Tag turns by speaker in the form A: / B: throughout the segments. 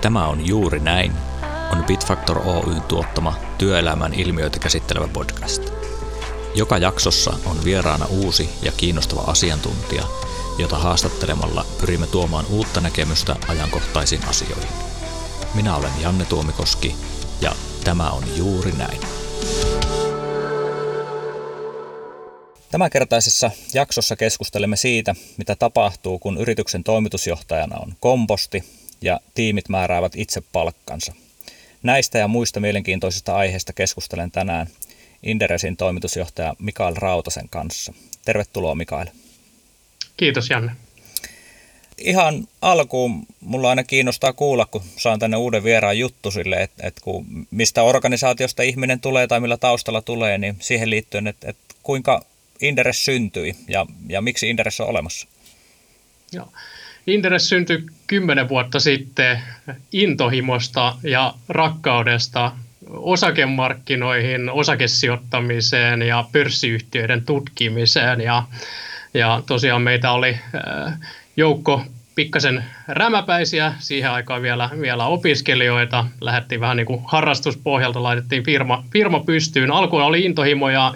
A: Tämä on Juuri näin, on Bitfactor Oyn tuottama työelämän ilmiöitä käsittelevä podcast. Joka jaksossa on vieraana uusi ja kiinnostava asiantuntija, jota haastattelemalla pyrimme tuomaan uutta näkemystä ajankohtaisiin asioihin. Minä olen Janne Tuomikoski ja tämä on Juuri näin. Tämänkertaisessa jaksossa keskustelemme siitä, mitä tapahtuu, kun yrityksen toimitusjohtajana on komposti ja tiimit määräävät itse palkkansa. Näistä ja muista mielenkiintoisista aiheista keskustelen tänään Inderesin toimitusjohtaja Mikael Rautasen kanssa. Tervetuloa Mikael.
B: Kiitos Janne.
A: Ihan alkuun mulla aina kiinnostaa kuulla, kun saan tänne uuden vieraan juttu sille, että mistä organisaatiosta ihminen tulee tai millä taustalla tulee, niin siihen liittyen, että kuinka Inderes syntyi ja miksi Inderes on olemassa?
B: Joo. Inderes syntyi 10 vuotta sitten intohimosta ja rakkaudesta osakemarkkinoihin, osakesijoittamiseen ja pörssiyhtiöiden tutkimiseen. Ja tosiaan meitä oli joukko pikkasen rämäpäisiä, siihen aikaan vielä opiskelijoita. Lähdettiin vähän niin kuin harrastuspohjalta, laitettiin firma pystyyn. Alkuun oli intohimo ja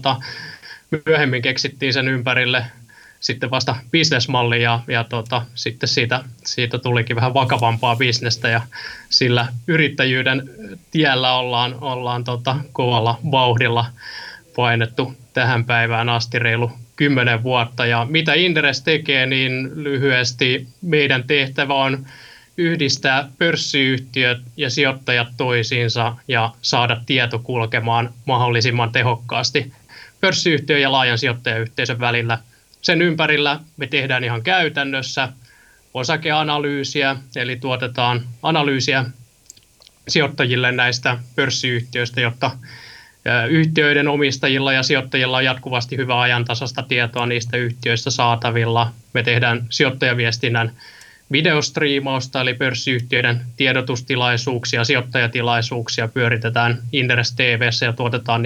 B: myöhemmin keksittiin sen ympärille sitten vasta bisnesmalli ja sitten siitä tulikin vähän vakavampaa bisnestä ja sillä yrittäjyyden tiellä ollaan kovalla vauhdilla painettu tähän päivään asti reilu 10 vuotta. Ja mitä Inderes tekee, niin lyhyesti meidän tehtävä on yhdistää pörssiyhtiöt ja sijoittajat toisiinsa ja saada tieto kulkemaan mahdollisimman tehokkaasti pörssiyhtiön ja laajan sijoittajayhteisön välillä. Sen ympärillä me tehdään ihan käytännössä osakeanalyysiä, eli tuotetaan analyysiä sijoittajille näistä pörssiyhtiöistä, jotta yhtiöiden omistajilla ja sijoittajilla on jatkuvasti hyvää ajantasaista tietoa niistä yhtiöistä saatavilla. Me tehdään sijoittajaviestinnän videostriimausta, eli pörssiyhtiöiden tiedotustilaisuuksia, sijoittajatilaisuuksia pyöritetään Inderes TV:ssä ja tuotetaan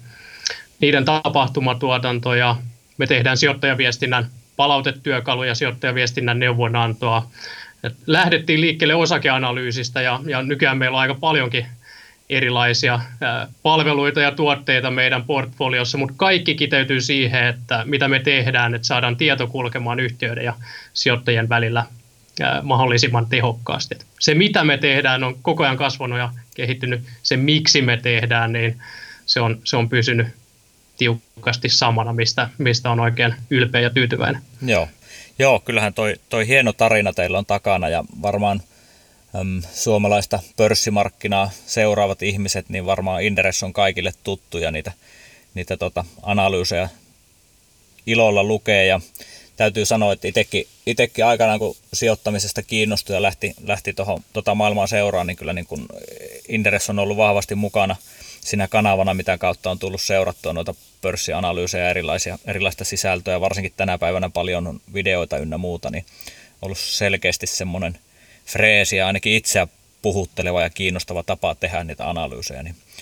B: niiden tapahtumatuotantoja. Me tehdään sijoittajaviestinnän palautetyökaluja, sijoittajaviestinnän neuvonantoa. Lähdettiin liikkeelle osakeanalyysistä ja nykyään meillä on aika paljonkin erilaisia palveluita ja tuotteita meidän portfoliossa, mutta kaikki kiteytyy siihen, että mitä me tehdään, että saadaan tieto kulkemaan yhtiöiden ja sijoittajien välillä mahdollisimman tehokkaasti. Se mitä me tehdään on koko ajan kasvanut ja kehittynyt. Se miksi me tehdään, niin se on pysynyt tiukasti samana, mistä on oikein ylpeä ja tyytyväinen.
A: Joo, kyllähän toi hieno tarina teillä on takana ja varmaan suomalaista pörssimarkkinaa seuraavat ihmiset, niin varmaan Inderes on kaikille tuttu ja niitä analyysejä ilolla lukee ja täytyy sanoa, että itsekin aikanaan kun sijoittamisesta kiinnostui ja lähti tuohon maailmaa seuraan, niin kyllä niin kun Inderes on ollut vahvasti mukana siinä kanavana, mitä kautta on tullut seurattua noita pörssianalyysejä ja erilaista sisältöä, varsinkin tänä päivänä paljon on videoita ynnä muuta, niin on ollut selkeästi semmoinen freesi ja ainakin itseä puhutteleva ja kiinnostava tapa tehdä niitä analyysejä.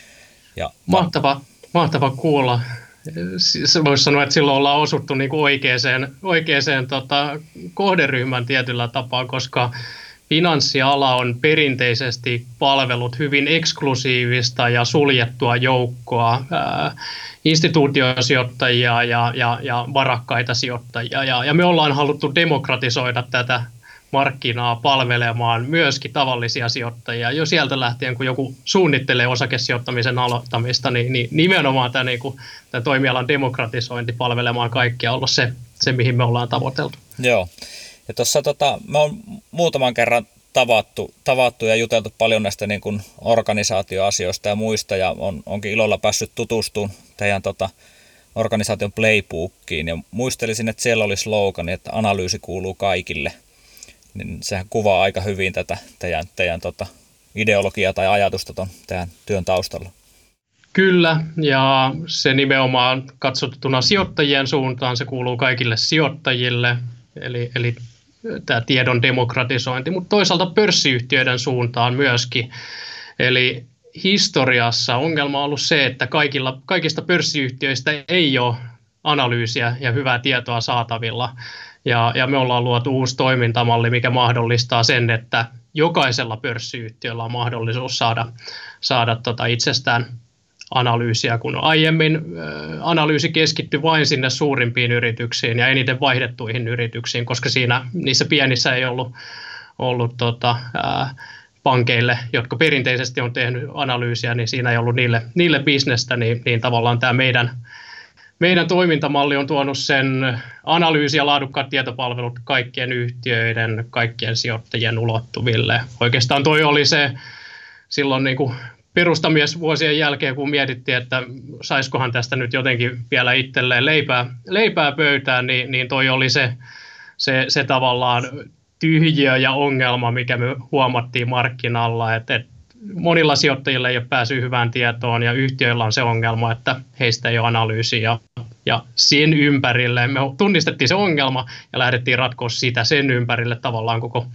B: Mahtava kuulla. Voisi sanoa, että silloin ollaan osuttu niin kuin oikeaan kohderyhmän tietyllä tapaa, koska finanssiala on perinteisesti palvellut hyvin eksklusiivista ja suljettua joukkoa instituutiosijoittajia ja varakkaita sijoittajia. Ja me ollaan haluttu demokratisoida tätä markkinaa palvelemaan myöskin tavallisia sijoittajia. Jo sieltä lähtien, kun joku suunnittelee osakesijoittamisen aloittamista, niin nimenomaan tämä toimialan demokratisointi palvelemaan kaikkia on ollut se, mihin me ollaan tavoiteltu.
A: Joo. Ja tuossa me on muutaman kerran tavattu ja juteltu paljon näistä niin kuin organisaatioasioista ja muista, ja onkin ilolla päässyt tutustumaan teidän organisaation playbookiin, ja muistelisin, että siellä oli slogan, että analyysi kuuluu kaikille. Niin sehän kuvaa aika hyvin tätä teidän ideologiaa tai ajatusta tuon teidän työn taustalla.
B: Kyllä, ja se nimenomaan katsottuna sijoittajien suuntaan, se kuuluu kaikille sijoittajille, eli tämä tiedon demokratisointi, mutta toisaalta pörssiyhtiöiden suuntaan myöskin. Eli historiassa ongelma on ollut se, että kaikista pörssiyhtiöistä ei ole analyysiä ja hyvää tietoa saatavilla. Ja me ollaan luotu uusi toimintamalli, mikä mahdollistaa sen, että jokaisella pörssiyhtiöllä on mahdollisuus saada itsestään analyysiä, kun aiemmin analyysi keskittyi vain sinne suurimpiin yrityksiin ja eniten vaihdettuihin yrityksiin, koska niissä pienissä ei ollut pankeille, jotka perinteisesti on tehnyt analyysiä, niin siinä ei ollut niille bisnestä, niin tavallaan tämä meidän toimintamalli on tuonut sen analyysi- ja laadukkaat tietopalvelut kaikkien yhtiöiden, kaikkien sijoittajien ulottuville. Oikeastaan toi oli se silloin niin kuin perustamiesvuosien jälkeen, kun mietittiin, että saisikohan tästä nyt jotenkin vielä itselleen leipää pöytään, niin toi oli se tavallaan tyhjiö ja ongelma, mikä me huomattiin markkinalla, että monilla sijoittajilla ei ole päässyt hyvään tietoon ja yhtiöillä on se ongelma, että heistä ei ole analyysiä ja sen ympärille me tunnistettiin se ongelma ja lähdettiin ratkoa sitä sen ympärille tavallaan koko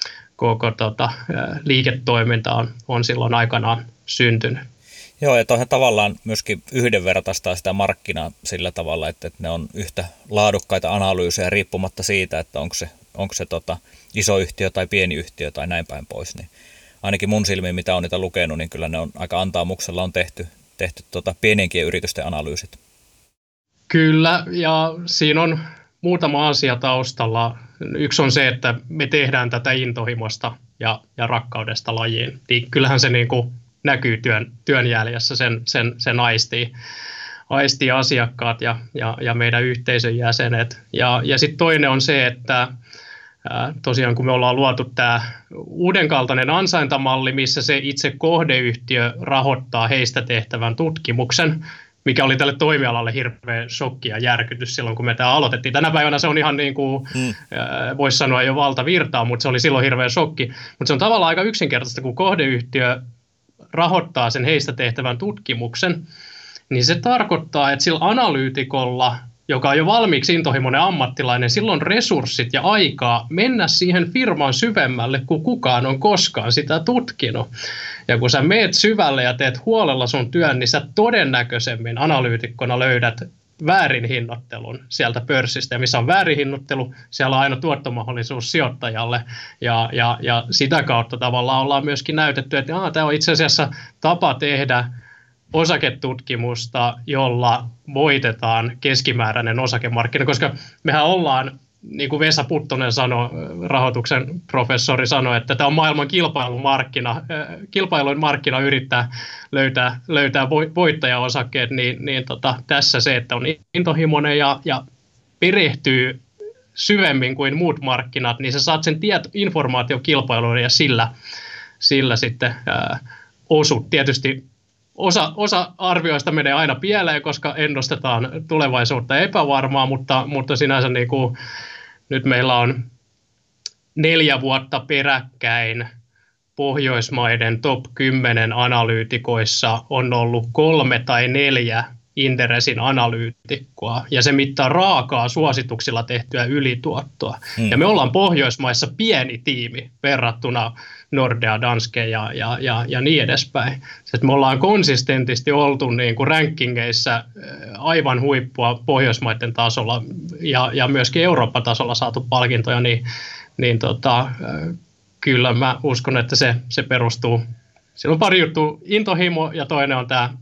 B: liiketoiminta on silloin aikanaan syntynyt.
A: Joo, ja toihan tavallaan myöskin yhdenvertaistaa sitä markkinaa sillä tavalla, että ne on yhtä laadukkaita analyysejä riippumatta siitä, että onko se iso yhtiö tai pieni yhtiö tai näin päin pois. Niin ainakin mun silmiin, mitä on niitä lukenut, niin kyllä ne on aika antaamuksella on tehty pienienkin yritysten analyysit.
B: Kyllä, ja siinä on muutama asia taustalla. Yksi on se, että me tehdään tätä intohimosta ja rakkaudesta lajiin. Niin kyllähän se niin kuin näkyy työn jäljessä, sen aistii asiakkaat ja meidän yhteisön jäsenet. Ja sitten toinen on se, että tosiaan kun me ollaan luotu tämä uudenkaltainen ansaintamalli, missä se itse kohdeyhtiö rahoittaa heistä tehtävän tutkimuksen, mikä oli tälle toimialalle hirveä shokki ja järkytys silloin, kun me tämä aloitettiin. Tänä päivänä se on ihan niin kuin, voisi sanoa jo valtavirtaa, mutta se oli silloin hirveä shokki. Mutta se on tavallaan aika yksinkertaista, kun kohdeyhtiö rahoittaa sen heistä tehtävän tutkimuksen, niin se tarkoittaa, että sillä analyytikolla, joka on jo valmiiksi intohimoinen ammattilainen, silloin resurssit ja aikaa mennä siihen firman syvemmälle, kun kukaan on koskaan sitä tutkinut. Ja kun sä meet syvälle ja teet huolella sun työn, niin sä todennäköisemmin analyytikkona löydät väärinhinnoittelun sieltä pörssistä. Ja missä on väärinhinnoittelu, siellä on aina tuottomahdollisuus sijoittajalle. Ja sitä kautta tavallaan ollaan myöskin näytetty, että tämä on itse asiassa tapa tehdä osaketutkimusta, jolla voitetaan keskimääräinen osakemarkkina, koska mehän ollaan, niin kuin Vesa Puttonen sanoi, rahoituksen professori sanoi, että tämä on maailman kilpailuin markkina yrittää löytää voittajaosakkeet, niin tässä se, että on intohimoinen ja perehtyy syvemmin kuin muut markkinat, niin sä saat sen informaatiokilpailuun ja sillä sitten osut. Tietysti Osa arvioista menee aina pieleen, koska ennustetaan tulevaisuutta epävarmaa, mutta sinänsä niin kuin, nyt meillä on 4 vuotta peräkkäin Pohjoismaiden top 10 analyytikoissa on ollut 3 tai 4 Inderesin analyytikkoa, ja se mittaa raakaa suosituksilla tehtyä ylituottoa. Ja me ollaan Pohjoismaissa pieni tiimi verrattuna Nordea, Danske ja niin edespäin. Me ollaan konsistentisti oltu niin kuin rankingeissa aivan huippua Pohjoismaiden tasolla ja myöskin Eurooppa-tasolla saatu palkintoja, niin kyllä mä uskon, että se perustuu. Siellä on pari juttua, intohimo ja toinen on tämä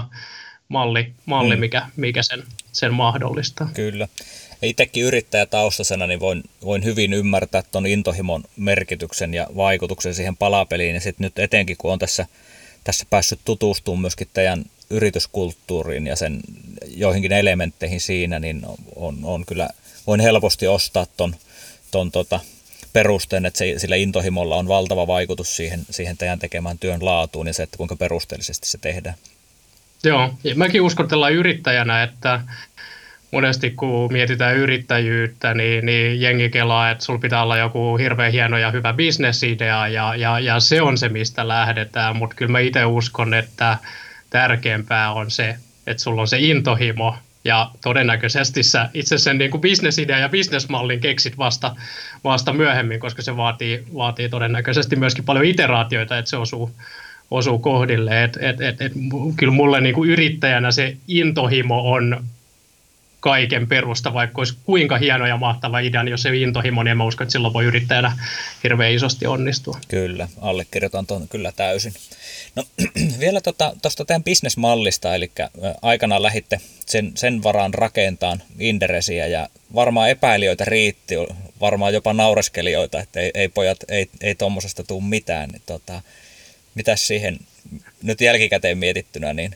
B: malli, mikä sen mahdollistaa.
A: Kyllä. Itsekin yrittäjätaustasena niin voin hyvin ymmärtää tuon intohimon merkityksen ja vaikutuksen siihen palapeliin. Ja sitten nyt etenkin, kun on tässä päässyt tutustumaan myöskin teidän yrityskulttuuriin ja sen joihinkin elementteihin siinä, niin on kyllä, voin helposti ostaa ton perusteen, että sillä intohimolla on valtava vaikutus siihen teidän tekemään työn laatuun ja se, että kuinka perusteellisesti se tehdään. Joo,
B: ja mäkin uskon tällä yrittäjänä, että monesti kun mietitään yrittäjyyttä, niin jengi kelaa, että sulla pitää olla joku hirveän hieno ja hyvä bisnesidea ja se on se, mistä lähdetään, mutta kyllä mä itse uskon, että tärkeämpää on se, että sulla on se intohimo ja todennäköisesti sä itse sen niin kuin bisnesidea ja bisnesmallin keksit vasta myöhemmin, koska se vaatii todennäköisesti myöskin paljon iteraatioita, että se osuu kohdille. Kyllä mulle niin kuin yrittäjänä se intohimo on kaiken perusta, vaikka olisi kuinka hieno ja mahtava idea, niin jos se intohimo, niin en mä usko, että silloin voi yrittäjänä hirveän isosti onnistua.
A: Kyllä, allekirjoitan tuon kyllä täysin. No vielä tuosta teidän bisnesmallista, eli aikanaan lähditte sen varaan rakentamaan Inderesiä ja varmaan epäilijöitä riitti, varmaan jopa naureskelijoita, että ei pojat, ei tuommoisesta tule mitään. Niin mitäs siihen nyt jälkikäteen mietittynä, niin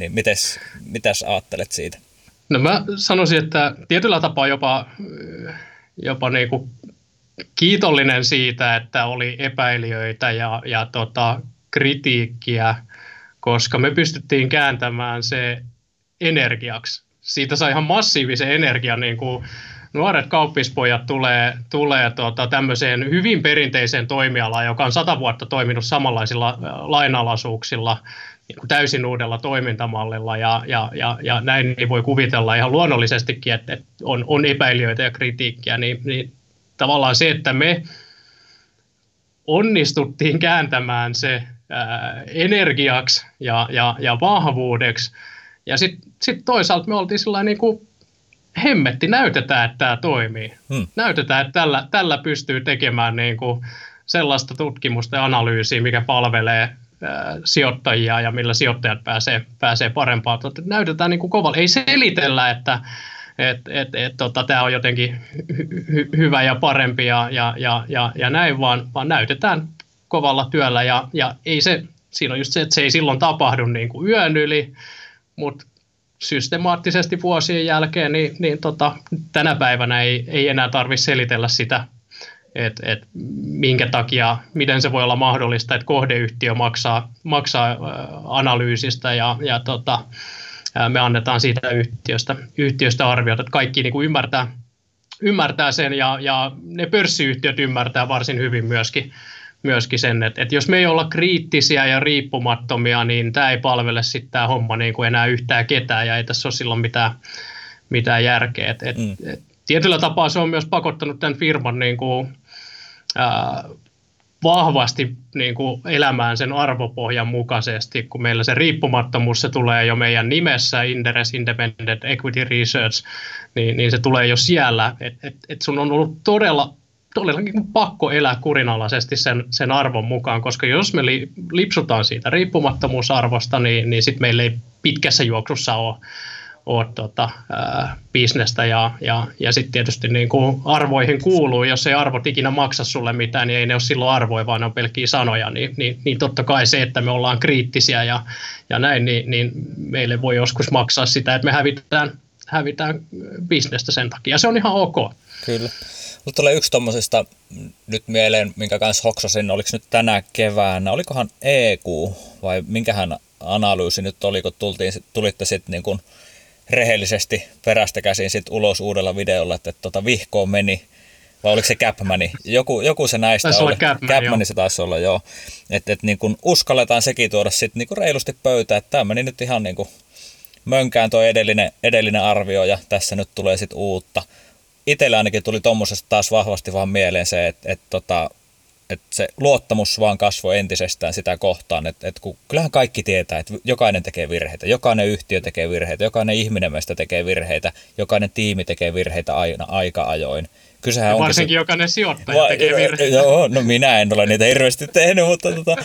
A: mitäs ajattelet siitä?
B: No mä sanoisin, että tietyllä tapaa jopa niin kuin kiitollinen siitä, että oli epäilijöitä ja kritiikkiä, koska me pystyttiin kääntämään se energiaksi. Siitä sai ihan massiivisen energian, niin kuin nuoret kauppispojat tulee tämmöiseen hyvin perinteiseen toimialaan, joka on 100 vuotta toiminut samanlaisilla lainalaisuuksilla, niin kuin täysin uudella toimintamallilla, ja näin niin voi kuvitella ihan luonnollisestikin, että on epäilijöitä ja kritiikkiä, niin tavallaan se, että me onnistuttiin kääntämään se energiaksi ja vahvuudeksi, ja sitten toisaalta me oltiin sellainen niin kuin hemmetti, näytetään, että tämä toimii. Näytetään, että tällä pystyy tekemään niin kuin sellaista tutkimusta ja analyysiä, mikä palvelee sijoittajia ja millä sijoittajat pääsee parempaan. Näytetään niin kuin kovalla. Ei selitellä, että tämä on jotenkin hyvä ja parempi ja näin, vaan näytetään kovalla työllä. Ja ei siinä on just se, että se ei silloin tapahdu niin kuin yön yli, mutta systemaattisesti vuosien jälkeen, niin tänä päivänä ei enää tarvitse selitellä sitä, että minkä takia, miten se voi olla mahdollista, että kohdeyhtiö maksaa analyysistä ja me annetaan siitä yhtiöstä arviota, että kaikki niin kuin ymmärtää sen ja ne pörssiyhtiöt ymmärtää varsin hyvin myöskin sen, että jos me ei olla kriittisiä ja riippumattomia, niin tämä ei palvele sitten tämä homma niin kuin enää yhtään ketään ja ei tässä ole silloin mitään järkeä. Tietyllä tapaa se on myös pakottanut tämän firman niin kuin, vahvasti niin kuin elämään sen arvopohjan mukaisesti, kun meillä se riippumattomuus, se tulee jo meidän nimessä, Inderes Independent Equity Research, niin se tulee jo siellä, että sun on ollut todellakin pakko elää kurinalaisesti sen arvon mukaan, koska jos me lipsutaan siitä riippumattomuusarvosta, niin sitten meillä ei pitkässä juoksussa ole bisnestä ja sitten tietysti niin kuin arvoihin kuuluu, jos ei arvot ikinä maksa sulle mitään, niin ei ne ole silloin arvoja, vaan ne on pelkkiä sanoja, niin totta kai se, että me ollaan kriittisiä ja näin, niin meille voi joskus maksaa sitä, että me hävitään bisnestä sen takia, ja se on ihan ok.
A: Kyllä. Mulla tulee yksi tommosesta nyt mieleen, minkä kanssa hoksasin, oliko nyt tänä keväänä, olikohan EQ vai minkähän analyysi nyt oli, kun tulitte sitten niin kuin rehellisesti perästä käsin sit ulos uudella videolla, että vihkoon meni, vai oliko se Capmani? Joku se näistä
B: taisi
A: oli.
B: Capmani
A: se taisi olla, joo. Että niin kun uskalletaan sekin tuoda sitten niin kun reilusti pöytään, että tämä meni nyt ihan niin kuin mönkään tuo edellinen arvio, ja tässä nyt tulee sitten uutta. Itsellä ainakin tuli tuommoisesta taas vahvasti vaan mieleen se, että se luottamus vaan kasvoi entisestään sitä kohtaan, että kun kyllähän kaikki tietää, että jokainen tekee virheitä, jokainen yhtiö tekee virheitä, jokainen ihminen meistä tekee virheitä, jokainen tiimi tekee virheitä aina aika ajoin.
B: Ja varsinkin jokainen sijoittaja tekee virheitä.
A: Joo, no minä en ole niitä hirveästi tehnyt, mutta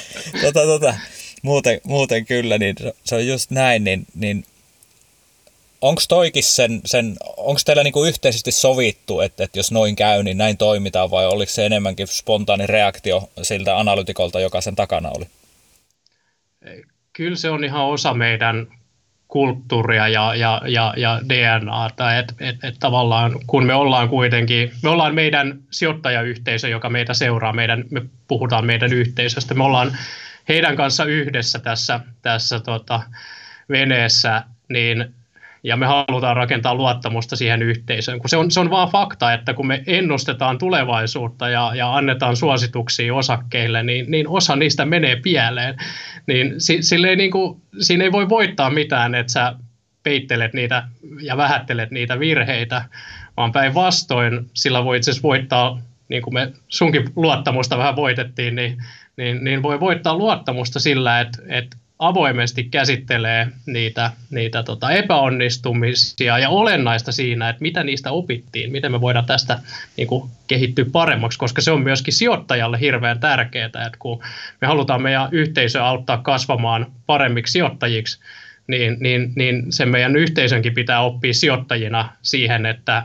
A: muuten kyllä, niin se on just näin, niin onko toikin onko teillä niinku yhteisesti sovittu, että jos noin käy, niin näin toimitaan, vai oliko se enemmänkin spontaani reaktio siltä analytikolta, joka sen takana oli?
B: Kyllä se on ihan osa meidän kulttuuria ja DNAta, että tavallaan kun me ollaan meidän sijoittajayhteisö, joka meitä seuraa, me puhutaan meidän yhteisöstä, me ollaan heidän kanssa yhdessä tässä veneessä, niin ja me halutaan rakentaa luottamusta siihen yhteisöön, kun se on vaan fakta, että kun me ennustetaan tulevaisuutta ja annetaan suosituksia osakkeille, niin osa niistä menee pieleen. Niin siinä ei voi voittaa mitään, että sä peittelet niitä ja vähättelet niitä virheitä, vaan päinvastoin sillä voi itse asiassa voittaa, niin kuin me sunkin luottamusta vähän voitettiin, niin voi voittaa luottamusta sillä, että avoimesti käsittelee niitä epäonnistumisia ja olennaista siinä, että mitä niistä opittiin, miten me voidaan tästä niin kuin kehittyä paremmaksi, koska se on myöskin sijoittajalle hirveän tärkeää, että kun me halutaan meidän yhteisöä auttaa kasvamaan paremmiksi sijoittajiksi, niin sen meidän yhteisönkin pitää oppia sijoittajina siihen, että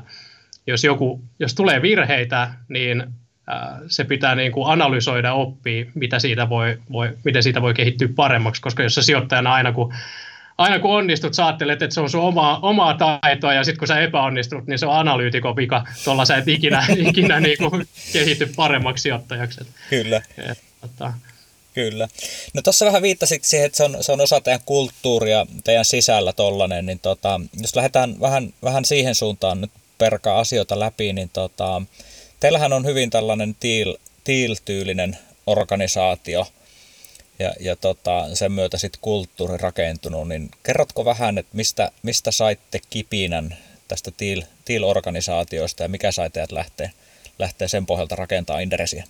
B: jos tulee virheitä, niin se pitää niin kuin analysoida ja oppia, miten siitä voi kehittyä paremmaksi, koska jos sä sijoittajana aina kun onnistut, sä ajattelet, että se on sun omaa taitoa, ja sitten kun sä epäonnistut, niin se on analyytikon vika, tuolla sä et ikinä niin kuin kehity paremmaksi sijoittajaksi.
A: Kyllä. Kyllä. No tuossa vähän viittasit siihen, että se on osa teidän kulttuuria teidän sisällä tollainen, niin jos lähdetään vähän siihen suuntaan nyt perkaa asioita läpi, niin teillähän on hyvin tällainen teal-tyylinen organisaatio ja sen myötä sitten kulttuuri rakentunut, niin kerrotko vähän, että mistä saitte kipinän tästä teal-organisaatioista ja mikä sai teidät lähteä sen pohjalta rakentamaan Inderesiä?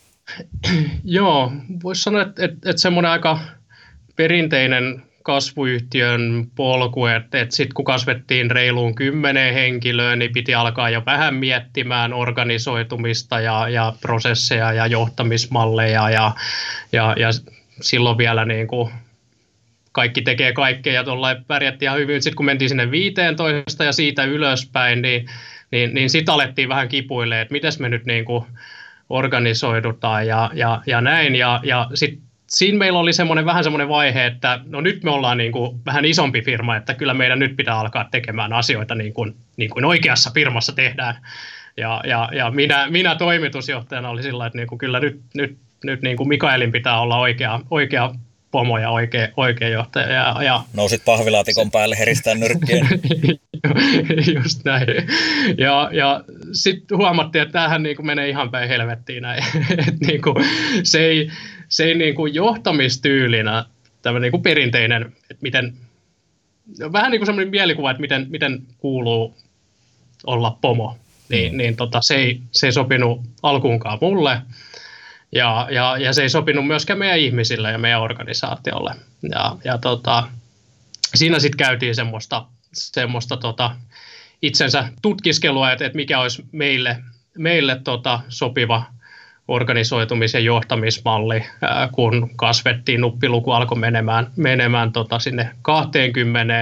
B: Joo, voisi sanoa, että semmoinen aika perinteinen kasvuyhtiön polku, että sitten kun kasvettiin reiluun 10 henkilöä, niin piti alkaa jo vähän miettimään organisoitumista ja prosesseja ja johtamismalleja ja silloin vielä niin kuin kaikki tekee kaikkea ja tuollain pärjättiin ihan hyvin. Sitten kun mentiin sinne 15 ja siitä ylöspäin, niin sitten alettiin vähän kipuilemaan, että miten me nyt niin kuin organisoidutaan ja näin. Ja sitten siinä meillä oli vähän semmoinen vaihe, että no nyt me ollaan niin kuin vähän isompi firma, että kyllä meidän nyt pitää alkaa tekemään asioita niin kuin oikeassa firmassa tehdään. Ja minä toimitusjohtajana oli sillä, että niin kuin kyllä nyt niin kuin Mikaelin pitää olla oikea pomo ja oikea johtaja.
A: Nousit pahvilaatikon päälle heristään nyrkkien.
B: Just näin. Ja sitten huomattiin, että tämähän niin kuin menee ihan päin helvettiin näin. Niin kuin, se ei niin kuin johtamistyylinä, tämä niin kuin perinteinen, että miten, vähän niin kuin semmoinen mielikuva, että miten kuuluu olla pomo, se ei sopinut alkuunkaan mulle. Ja se ei sopinut myöskään meidän ihmisille ja meidän organisaatiolle. Siinä sitten käytiin semmoista itsensä tutkiskelua, että mikä olisi meille sopiva organisoitumis- ja johtamismalli, kun kasvettiin, nuppiluku alkoi menemään sinne 20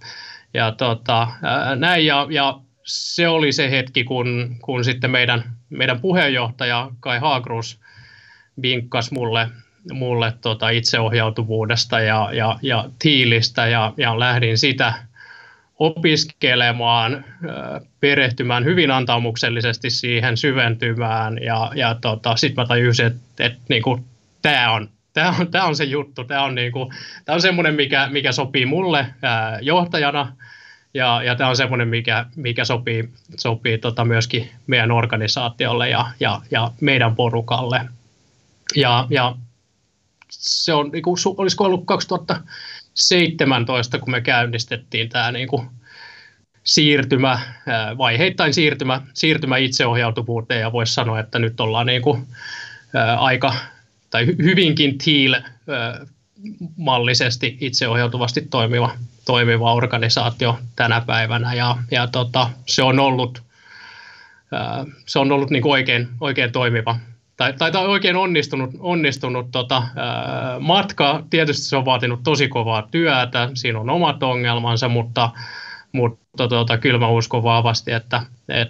B: näin. Ja se oli se hetki, kun sitten meidän puheenjohtaja Kai Hagrus vinkkasi mulle itseohjautuvuudesta ja tiilistä ja lähdin sitä opiskelemaan, perehtymään hyvin antaumuksellisesti siihen, syventymään ja sitten mä tajusin, että niinku, tämä on se juttu, tämä on semmoinen, mikä sopii mulle johtajana ja tämä on semmoinen, mikä sopii myöskin meidän organisaatiolle ja meidän porukalle. Ja se on, niin kuin, olisiko ollut 2017, kun me käynnistettiin tämä niin kuin vaiheittain siirtymä itseohjautuvuuteen, ja voisi sanoa, että nyt ollaan niin kuin, hyvinkin teal-mallisesti itseohjautuvasti toimiva organisaatio tänä päivänä, ja se on ollut niin kuin oikein toimiva. Tai oikein onnistunut matka. Tietysti se on vaatinut tosi kovaa työtä, siinä on omat ongelmansa, mutta kyllä mä uskon vahvasti, että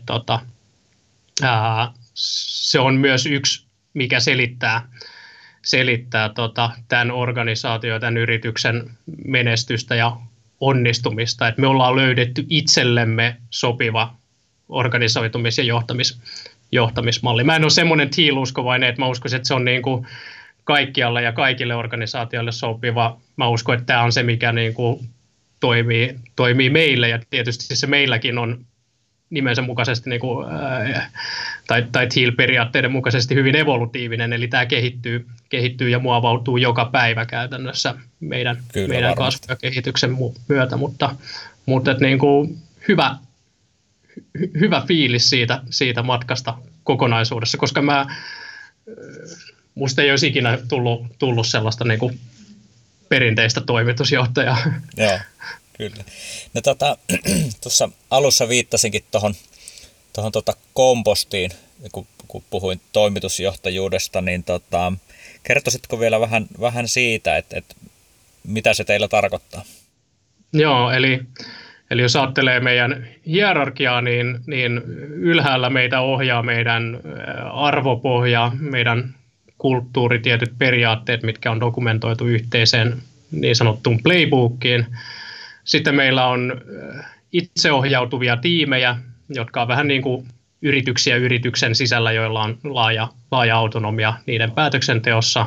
B: se on myös yksi, mikä selittää tämän organisaation ja tämän yrityksen menestystä ja onnistumista, että me ollaan löydetty itsellemme sopiva organisoitumis- ja johtamismalli. Mä en ole semmoinen teal-uskovainen, että mä uskoisin, että se on niin kuin kaikkialle ja kaikille organisaatioille sopiva. Mä uskon, että tämä on se, mikä niin kuin toimii meille, ja tietysti se meilläkin on nimensä mukaisesti niin kuin, tai teal-periaatteiden mukaisesti hyvin evolutiivinen, eli tämä kehittyy ja muovautuu joka päivä käytännössä meidän kasvu- ja kehityksen myötä, mutta että niin kuin hyvä fiilis siitä matkasta kokonaisuudessa, koska musta ei olisi ikinä tullut sellaista niin kuin perinteistä toimitusjohtajaa.
A: Joo, kyllä. No tuossa alussa viittasinkin tuohon kompostiin, kun puhuin toimitusjohtajuudesta, niin kertoisitko vielä vähän siitä, että mitä se teillä tarkoittaa?
B: Joo, eli jos ajattelee meidän hierarkiaa, niin ylhäällä meitä ohjaa meidän arvopohja, meidän kulttuuri, tietyt periaatteet, mitkä on dokumentoitu yhteiseen niin sanottuun playbookiin. Sitten meillä on itseohjautuvia tiimejä, jotka on vähän niin kuin yrityksiä yrityksen sisällä, joilla on laaja autonomia niiden päätöksenteossa.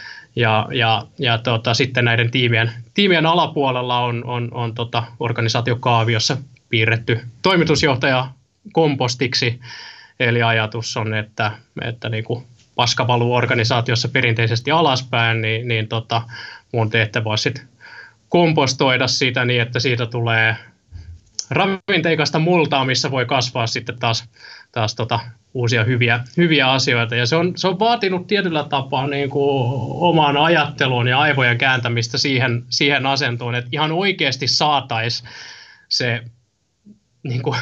B: Sitten näiden tiimien alapuolella on organisaatiokaaviossa piirretty toimitusjohtaja kompostiksi, eli ajatus on, että niin kuin paska valuu organisaatiossa perinteisesti alaspäin, niin mun tehtävä on sitten kompostoida sitä niin, että siitä tulee ravinteikasta multaa, missä voi kasvaa sitten taas uusia hyviä asioita. Ja se on vaatinut tietyllä tapaa niin kuin omaan ajatteluun ja aivojen kääntämistä siihen asentoon, että ihan oikeasti saataisiin se, niin kuin,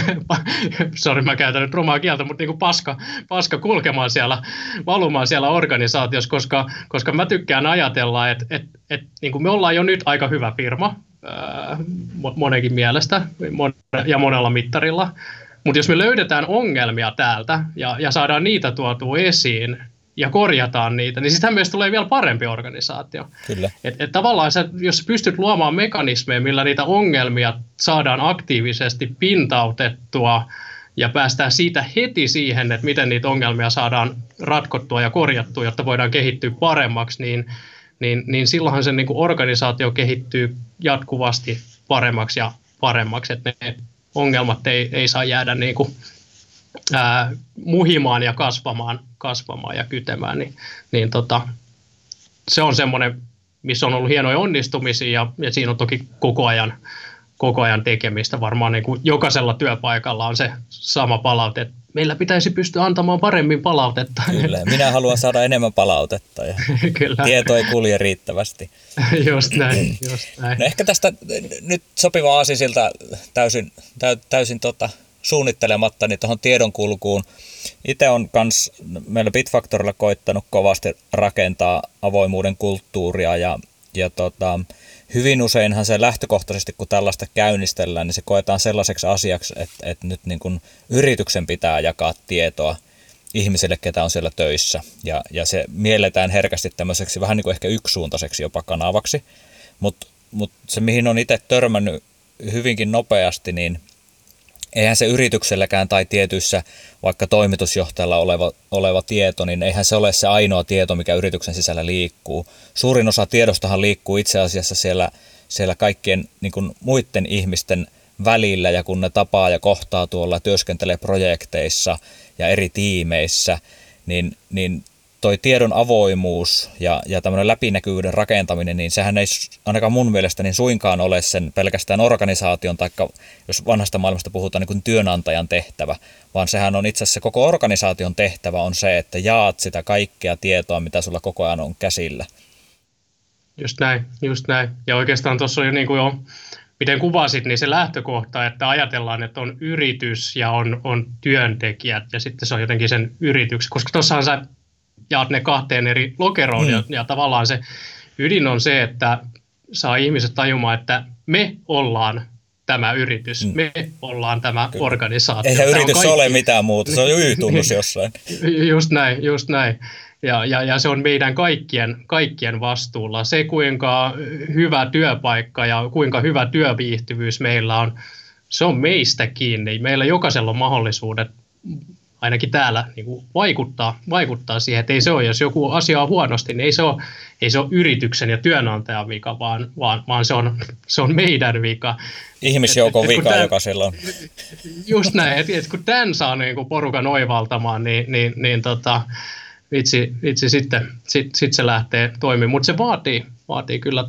B: sori mä käytän nyt rumaa kieltä, mutta niin kuin paska kulkemaan valumaan siellä organisaatiossa, koska mä tykkään ajatella, että niin kuin me ollaan jo nyt aika hyvä firma monenkin mielestä ja monella mittarilla. Mutta jos me löydetään ongelmia täältä ja saadaan niitä tuotua esiin ja korjataan niitä, niin sittenhän meistä tulee vielä parempi organisaatio.
A: Kyllä.
B: Et tavallaan jos pystyt luomaan mekanismeja, millä niitä ongelmia saadaan aktiivisesti pintautettua ja päästään siitä heti siihen, että miten niitä ongelmia saadaan ratkottua ja korjattua, jotta voidaan kehittyä paremmaksi, niin silloinhan se niin kuin organisaatio kehittyy jatkuvasti paremmaksi ja paremmaksi, että ne ongelmat ei saa jäädä niin kuin, muhimaan ja kasvamaan ja kytemään, niin se on semmoinen, missä on ollut hienoja onnistumisia ja siinä on toki koko ajan tekemistä. Varmaan niin kuin jokaisella työpaikalla on se sama palaute, että meillä pitäisi pystyä antamaan paremmin palautetta.
A: Kyllä, minä haluan saada enemmän palautetta ja
B: Kyllä.
A: Tieto ei kulje riittävästi.
B: Just näin.
A: No ehkä tästä nyt sopiva aasinsilta täysin suunnittelematta niin tuohon tiedonkulkuun. Itse on kans meillä Bitfactorilla koittanut kovasti rakentaa avoimuuden kulttuuria ja hyvin useinhan se lähtökohtaisesti, kun tällaista käynnistellään, niin se koetaan sellaiseksi asiaksi, että nyt niin kuin yrityksen pitää jakaa tietoa ihmisille, ketä on siellä töissä. Ja se mielletään herkästi tämmöiseksi vähän niin kuin ehkä yksisuuntaiseksi jopa kanavaksi. Mutta se, mihin on itse törmännyt hyvinkin nopeasti, niin eihän se yritykselläkään tai tietyissä vaikka toimitusjohtajalla oleva tieto, niin eihän se ole se ainoa tieto, mikä yrityksen sisällä liikkuu. Suurin osa tiedostahan liikkuu itse asiassa siellä kaikkien niin kuin muiden ihmisten välillä, ja kun ne tapaa ja kohtaa tuolla, työskentelee projekteissa ja eri tiimeissä, niin toi tiedon avoimuus ja tämmöinen läpinäkyvyyden rakentaminen, niin sehän ei ainakaan mun mielestä niin suinkaan ole sen pelkästään organisaation, tai jos vanhasta maailmasta puhutaan niin kuin työnantajan tehtävä, vaan sehän on itse asiassa koko organisaation tehtävä on se, että jaat sitä kaikkea tietoa, mitä sulla koko ajan on käsillä.
B: Just näin. Ja oikeastaan tuossa on niin kuin jo, miten kuvasit, niin se lähtökohta, että ajatellaan, että on yritys ja on työntekijät, ja sitten se on jotenkin sen yrityksen, koska tuossahan sä jaat ne kahteen eri lokeroon, ja tavallaan se ydin on se, että saa ihmiset tajumaan, että me ollaan tämä yritys, me ollaan tämä organisaatio.
A: Eihän yritys ole mitään muuta, se on Y-tunnus jossain.
B: Just näin. Ja se on meidän kaikkien vastuulla. Se, kuinka hyvä työpaikka ja kuinka hyvä työviihtyvyys meillä on, se on meistä kiinni. Meillä jokaisella on mahdollisuudet ainakin täällä niin kuin vaikuttaa siihen, että ei se ole, jos joku asia on huonosti, niin ei se ole yrityksen ja työnantajan vika, vaan se on meidän vika.
A: Ihmisjoukon vika, joka siellä on.
B: Just näin, että kun tämän saa niin kuin porukan oivaltamaan, niin vitsi sitten se lähtee toimimaan, mutta se vaatii kyllä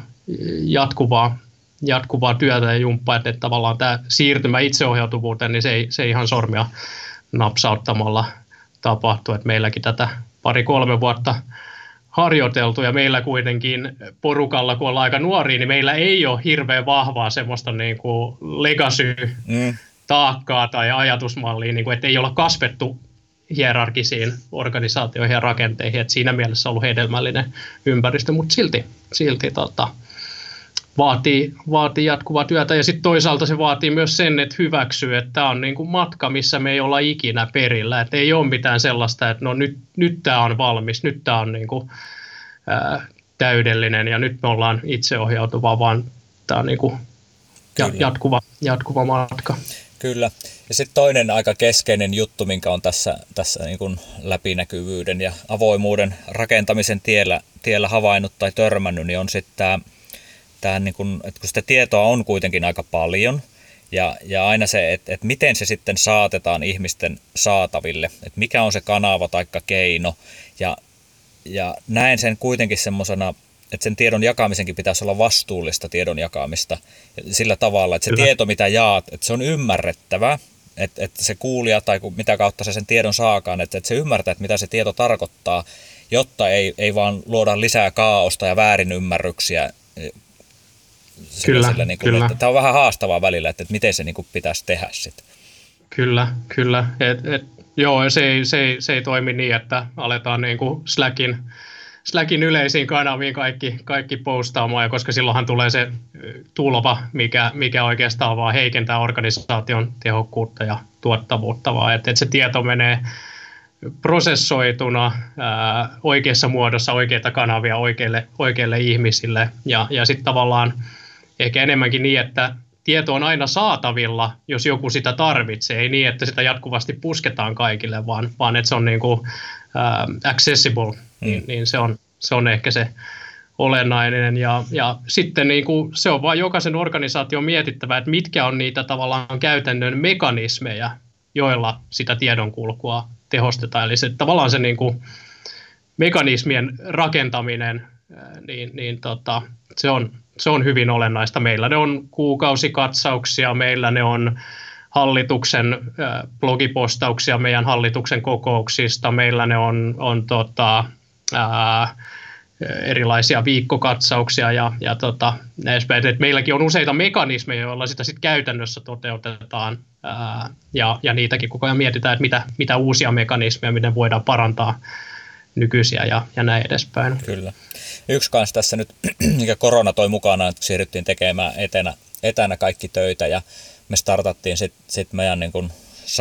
B: jatkuvaa työtä ja jumppaa, että tavallaan tämä siirtymä itseohjautuvuuteen, niin se ei ihan sormia napsauttamalla tapahtuu, että meilläkin tätä 2-3 vuotta harjoiteltu ja meillä kuitenkin porukalla, kun ollaan aika nuoria, niin meillä ei ole hirveän vahvaa semmoista niin kuin legacy-taakkaa tai ajatusmallia, niin kuin, että ei olla kasvettu hierarkisiin organisaatioihin ja rakenteihin, että siinä mielessä on ollut hedelmällinen ympäristö, mutta silti vaatii jatkuvaa työtä ja sitten toisaalta se vaatii myös sen, että hyväksyy, että tämä on niin kuin matka, missä me ei olla ikinä perillä, että ei ole mitään sellaista, että no nyt tämä on valmis, nyt tämä on niin kuin, täydellinen ja nyt me ollaan itseohjautuvaa, vaan tämä on niin kuin jatkuva matka.
A: Kyllä. Ja sitten toinen aika keskeinen juttu, minkä on tässä niin kuin läpinäkyvyyden ja avoimuuden rakentamisen tiellä havainnut tai törmännyt, niin on sitten tämä niin kuin, että kun sitä tietoa on kuitenkin aika paljon, ja aina se, että miten se sitten saatetaan ihmisten saataville, että mikä on se kanava tai keino, ja näen sen kuitenkin semmoisena, että sen tiedon jakamisenkin pitäisi olla vastuullista tiedon jakamista sillä tavalla, että se tieto, mitä jaat, että se on ymmärrettävää, että se kuulija tai mitä kautta se sen tiedon saakaan, että se ymmärtää, että mitä se tieto tarkoittaa, jotta ei vaan luoda lisää kaaosta ja väärinymmärryksiä.
B: Kyllä.
A: Tämä on vähän haastavaa välillä, että miten se niin kuin pitäisi tehdä sitten.
B: Kyllä. Joo, se ei toimi niin, että aletaan niin kuin Slackin yleisiin kanaviin kaikki postaamaan, ja koska silloinhan tulee se tulva, mikä oikeastaan vaan heikentää organisaation tehokkuutta ja tuottavuutta, vaan että se tieto menee prosessoituna oikeassa muodossa oikeita kanavia oikeille ihmisille, ja sitten tavallaan ehkä enemmänkin niin, että tieto on aina saatavilla, jos joku sitä tarvitsee, ei niin, että sitä jatkuvasti pusketaan kaikille, vaan että se on niin kuin, accessible, niin se on ehkä se olennainen. Ja sitten niin kuin se on vain jokaisen organisaation mietittävä, että mitkä on niitä tavallaan käytännön mekanismeja, joilla sitä tiedonkulkua tehostetaan. Eli tavallaan se niin kuin mekanismien rakentaminen, se on hyvin olennaista. Meillä ne on kuukausikatsauksia, meillä ne on hallituksen blogipostauksia meidän hallituksen kokouksista, meillä ne on erilaisia viikkokatsauksia ja meilläkin on useita mekanismeja, joilla sitä sitten käytännössä toteutetaan ja niitäkin koko ajan mietitään, että mitä uusia mekanismeja, miten voidaan parantaa nykyisiä ja näin edespäin.
A: Kyllä. Yksi kanssa tässä nyt, mikä korona toi mukanaan, että siirryttiin tekemään etänä kaikki töitä ja me startattiin sitten meidän niin kuin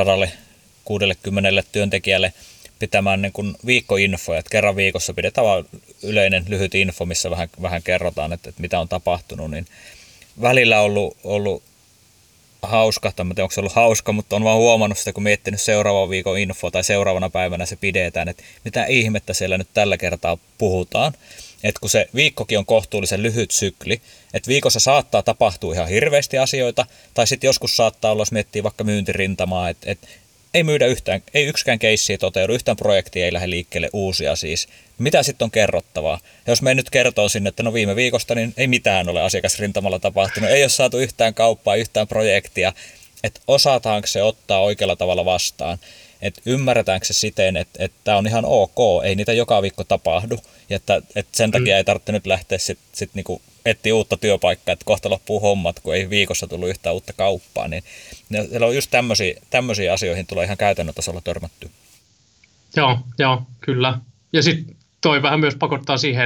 A: 160 työntekijälle pitämään niin kuin viikkoinfoja, että kerran viikossa pidetään vaan yleinen lyhyt info, missä vähän kerrotaan, että mitä on tapahtunut, niin välillä ollut hauska, tai en tiedä, onko se ollut hauska, mutta on vaan huomannut sitä, kun miettinyt seuraavan viikon info tai seuraavana päivänä se pidetään, että mitä ihmettä siellä nyt tällä kertaa puhutaan. Että kun se viikkokin on kohtuullisen lyhyt sykli, että viikossa saattaa tapahtua ihan hirveästi asioita, tai sitten joskus saattaa olla, jos miettii vaikka myyntirintamaa, että ei myydä yhtään, ei yksikään keissi toteudu, yhtään projektia ei lähde liikkeelle uusia siis. Mitä sitten on kerrottavaa? Ja jos me nyt kertoo sinne, että no viime viikosta, niin ei mitään ole asiakasrintamalla tapahtunut, ei ole saatu yhtään kauppaa, yhtään projektia, että osataanko se ottaa oikealla tavalla vastaan, että ymmärretäänkö se siten, että tämä on ihan ok, ei niitä joka viikko tapahdu, ja että sen takia ei tarvitse nyt lähteä sit niinku etsiä uutta työpaikkaa, että kohta loppuu hommat, kun ei viikossa tullut yhtään uutta kauppaa, niin siellä on just tämmöisiä asioihin tulee ihan käytännön tasolla törmättyä.
B: Joo, kyllä. Ja sitten toi vähän myös pakottaa siihen,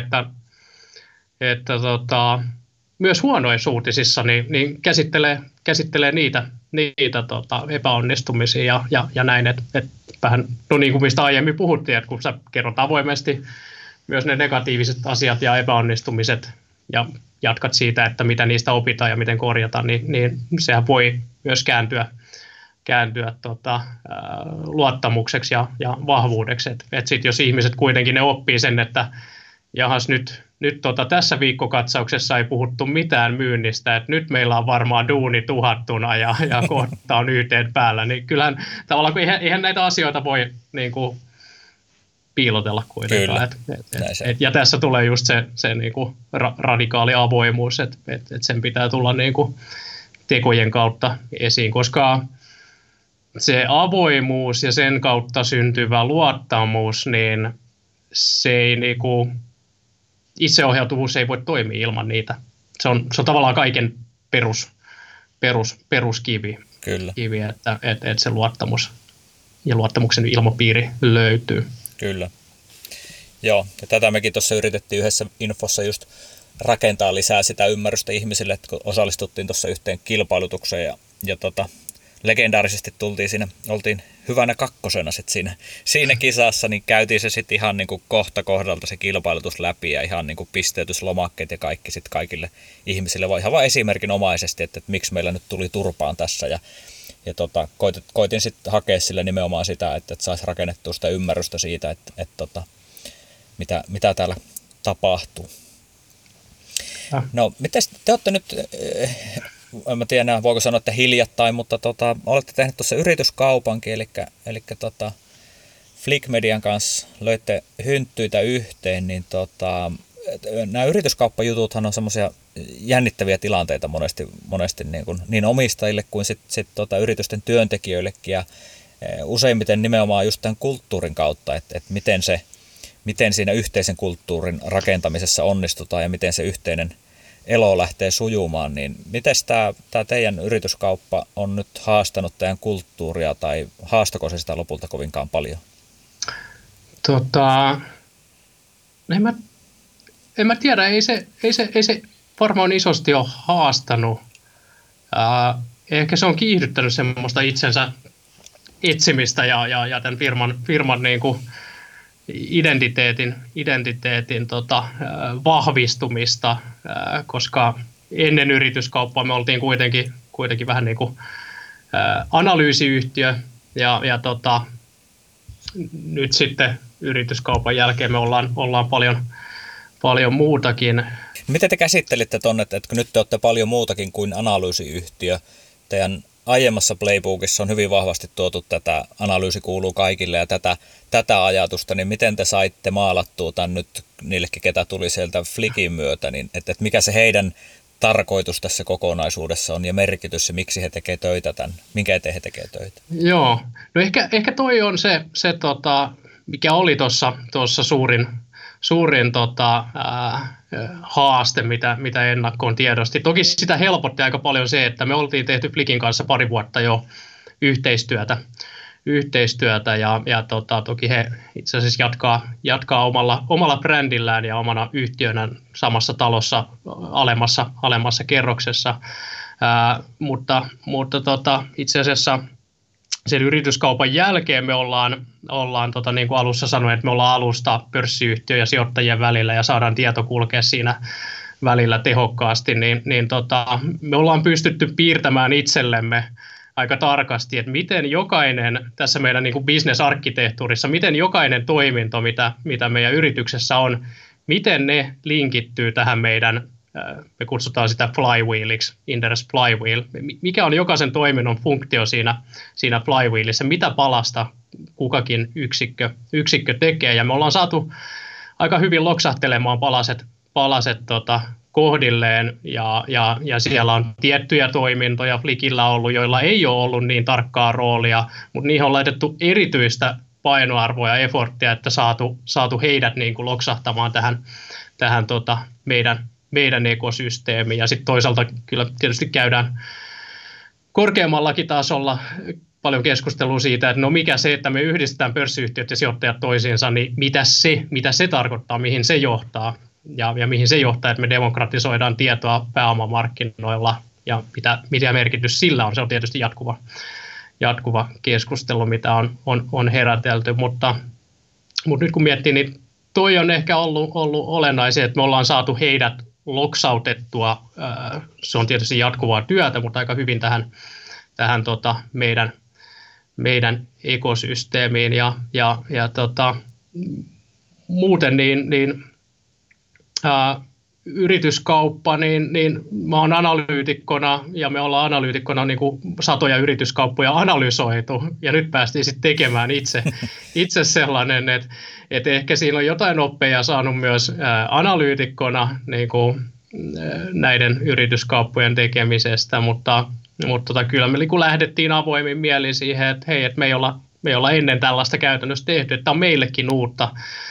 B: että myös huonoissa uutisissa niin käsittelee niitä epäonnistumisia ja näin, että vähän, no niin kuin mistä aiemmin puhuttiin, että kun sä kerrot avoimesti myös ne negatiiviset asiat ja epäonnistumiset ja jatkat siitä, että mitä niistä opitaan ja miten korjataan, niin sehän voi myös kääntyä luottamukseksi ja vahvuudeksi. Et sit jos ihmiset kuitenkin ne oppii sen, että jahas nyt tässä viikkokatsauksessa ei puhuttu mitään myynnistä, että nyt meillä on varmaan duuni tuhattuna ja kohta on YT päällä, niin kyllähän tavallaan eihän näitä asioita voi niin kuin piilotella kuitenkaan. Ja tässä tulee just se niin kuin radikaali avoimuus, että sen pitää tulla niin kuin tekojen kautta esiin, koska se avoimuus ja sen kautta syntyvä luottamus, niin se ei niinku, itseohjautuvuus ei voi toimia ilman niitä. Se on tavallaan kaiken peruskivi,
A: Kyllä.
B: että se luottamus ja luottamuksen ilmapiiri löytyy.
A: Kyllä. Joo, ja tätä mekin tuossa yritettiin yhdessä infossa just rakentaa lisää sitä ymmärrystä ihmisille, että kun osallistuttiin tuossa yhteen kilpailutukseen ja legendaarisesti oltiin hyvänä kakkosena sit siinä kisassa, niin käytiin se sitten ihan niin kuin kohta kohdalta se kilpailutus läpi ja ihan niin kuin pisteytyslomakkeet ja kaikki sitten kaikille ihmisille, ihan vain esimerkinomaisesti, että miksi meillä nyt tuli turpaan tässä ja koitin sitten hakea sille nimenomaan sitä, että saisi rakennettua sitä ymmärrystä siitä, että mitä täällä tapahtuu. No, miten te olette nyt, en mä tiedä, voiko sanoa, että hiljattain, mutta olette tehneet tuossa yrityskaupankin, eli Flick-median kanssa löitte hynttyitä yhteen, niin nämä yrityskauppajututhan on semmoisia jännittäviä tilanteita monesti niin omistajille kuin sit yritysten työntekijöillekin, ja useimmiten nimenomaan just tämän kulttuurin kautta, että miten siinä yhteisen kulttuurin rakentamisessa onnistutaan ja miten se yhteinen elo lähtee sujumaan, niin miten tämä teidän yrityskauppa on nyt haastanut teidän kulttuuria tai haastako se sitä lopulta kovinkaan paljon?
B: En mä tiedä, ei se varmaan isosti ole haastanut. Ehkä se on kiihdyttänyt semmoista itsensä etsimistä ja tämän firman niin kuin identiteetin vahvistumista, koska ennen yrityskauppaa me oltiin kuitenkin vähän niin kuin analyysiyhtiö ja nyt sitten yrityskaupan jälkeen me ollaan paljon muutakin.
A: Miten te käsittelitte tuonne, että kun nyt te olette paljon muutakin kuin analyysiyhtiö, teidän aiemmassa playbookissa on hyvin vahvasti tuotu tätä analyysi kuuluu kaikille ja tätä ajatusta, niin miten te saitte maalattua tämän nyt niillekin, ketä tuli sieltä Flickin myötä, niin että mikä se heidän tarkoitus tässä kokonaisuudessa on ja merkitys ja miksi he tekee töitä tämän, minkä eteen he tekee töitä?
B: Joo, no ehkä toi on se mikä oli tuossa suurin haaste, mitä ennakkoon tiedosti. Toki sitä helpotti aika paljon se, että me oltiin tehty Flickin kanssa pari vuotta jo yhteistyötä ja toki he itse asiassa jatkaa omalla brändillään ja omana yhtiönä samassa talossa alemmassa kerroksessa, mutta itse asiassa sen yrityskaupan jälkeen me ollaan niin kuin alussa sanoin, että me ollaan alusta pörssiyhtiö ja sijoittajien välillä ja saadaan tieto kulkea siinä välillä tehokkaasti, niin me ollaan pystytty piirtämään itsellemme aika tarkasti, että miten jokainen tässä meidän niin kuin business-arkkitehtuurissa, miten jokainen toiminto, mitä meidän yrityksessä on, miten ne linkittyy tähän meidän, me kutsutaan sitä flywheeliksi, Inderes flywheel, mikä on jokaisen toiminnon funktio siinä flywheelissä, mitä palasta kukakin yksikkö tekee, ja me ollaan saatu aika hyvin loksahtelemaan palaset kohdilleen, ja siellä on tiettyjä toimintoja Flickillä ollut, joilla ei ole ollut niin roolia, mutta niihin on laitettu erityistä painoarvoa ja efforttia, että saatu heidät niin kuin loksahtamaan tähän meidän ekosysteemiin, ja sitten toisaalta kyllä tietysti käydään korkeammallakin tasolla paljon keskustelua siitä, että no mikä se, että me yhdistetään pörssiyhtiöt ja sijoittajat toisiinsa, niin mitä se tarkoittaa, mihin se johtaa, ja mihin se johtaa, että me demokratisoidaan tietoa pääomamarkkinoilla, ja mitä merkitys sillä on, se on tietysti jatkuva keskustelu, mitä on herätelty, mutta nyt kun miettii, niin toi on ehkä ollut olennaisia, että me ollaan saatu heidät loksautettua, se on tietysti jatkuvaa työtä, mutta aika hyvin tähän meidän ekosysteemiin, ja muuten niin yrityskauppa, niin mä oon analyytikkona, ja me ollaan analyytikkona niin kuin satoja yrityskauppoja analysoitu, ja nyt päästiin sitten tekemään itse sellainen, että ehkä siinä on jotain oppeja saanut myös analyytikkona niin kuin näiden yrityskauppojen tekemisestä, mutta kyllä me lähdettiin avoimin mielin siihen, että hei, että me ei olla ennen tällaista käytännössä tehty, että tämä on meillekin uutta.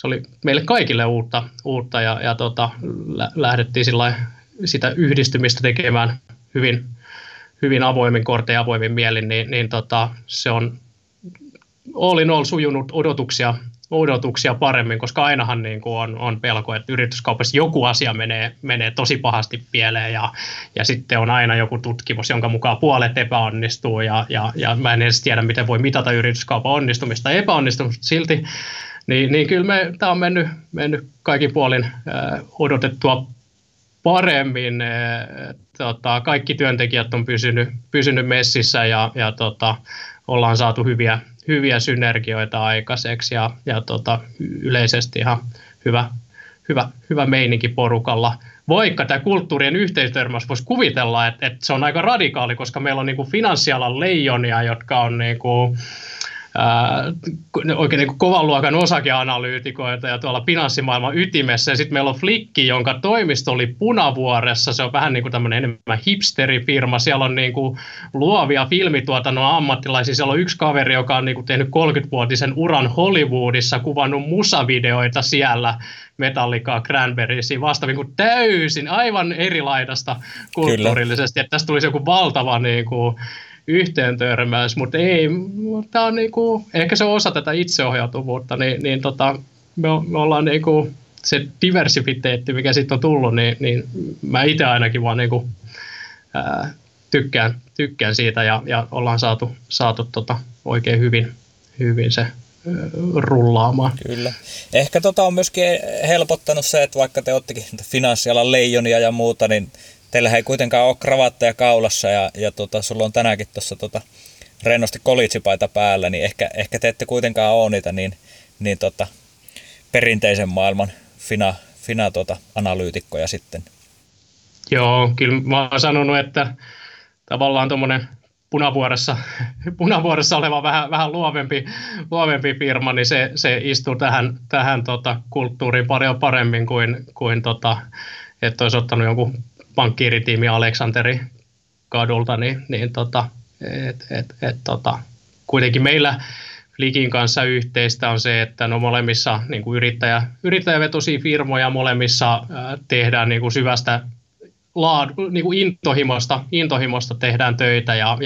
B: se oli meille kaikille uutta ja lähdettiin sitä yhdistymistä tekemään hyvin avoimin kortein, avoimin mielin, niin se on all in all sujunut odotuksia paremmin, koska ainahan niin kuin on pelko, että yrityskaupassa joku asia menee tosi pahasti pieleen ja sitten on aina joku tutkimus, jonka mukaan puolet epäonnistuu ja mä en edes tiedä, miten voi mitata yrityskaupan onnistumista tai epäonnistumista silti, niin kyllä tämä on mennyt kaikin puolin odotettua paremmin. Kaikki työntekijät on pysynyt messissä ja ollaan saatu hyviä synergioita aikaiseksi ja yleisesti ihan hyvä meininki porukalla. Vaikka tämä kulttuurien yhteistörmäys voisi kuvitella, että se on aika radikaali, koska meillä on niinku finanssialan leijonia, jotka on niinku oikein niin kuin kovan luokan osakeanalyytikoita ja tuolla finanssimaailman ytimessä. Ja sitten meillä on Flikki, jonka toimisto oli Punavuoressa. Se on vähän niin kuin tämmöinen enemmän hipsterifirma. Siellä on niin kuin luovia filmituotannon ammattilaisia. Siellä on yksi kaveri, joka on niin kuin tehnyt 30-vuotisen uran Hollywoodissa, kuvannut musavideoita siellä. Metallicaa, Cranberriesia vastaavin kuin täysin, aivan erilaidasta kulttuurillisesti. Että tästä tulisi joku valtava niin kuin yhteen törmäys, mutta ei, tämä on niinku, ehkä se on osa tätä itseohjautuvuutta, niin me ollaan niinku, se diversifiteetti, mikä sitten on tullut, niin mä itse ainakin vaan niinku, tykkään siitä ja ollaan saatu oikein hyvin se rullaamaan.
A: Kyllä. Ehkä on myöskin helpottanut se, että vaikka te oottekin finanssialan leijonia ja muuta, niin teillähän ei kuitenkaan ole kravatteja kaulassa ja sulla on tänäänkin tuossa rennosti collegepaita päällä, niin ehkä te ette kuitenkaan ole niitä niin perinteisen maailman analyytikkoja sitten. Joo,
B: kyllä mä oon sanonut, että tavallaan tuommoinen Punavuoressa oleva vähän luovempi firma, niin se istuu tähän kulttuuriin paljon paremmin kuin että olisi ottanut jonkun pankkiiritiimi Aleksanteri kadulta, kuitenkin meillä Flikin kanssa yhteistä on se, että no molemmissa niin kuin yrittäjävetoisia firmoja, molemmissa tehdään niin kuin syvästä niin kuin intohimosta tehdään töitä ja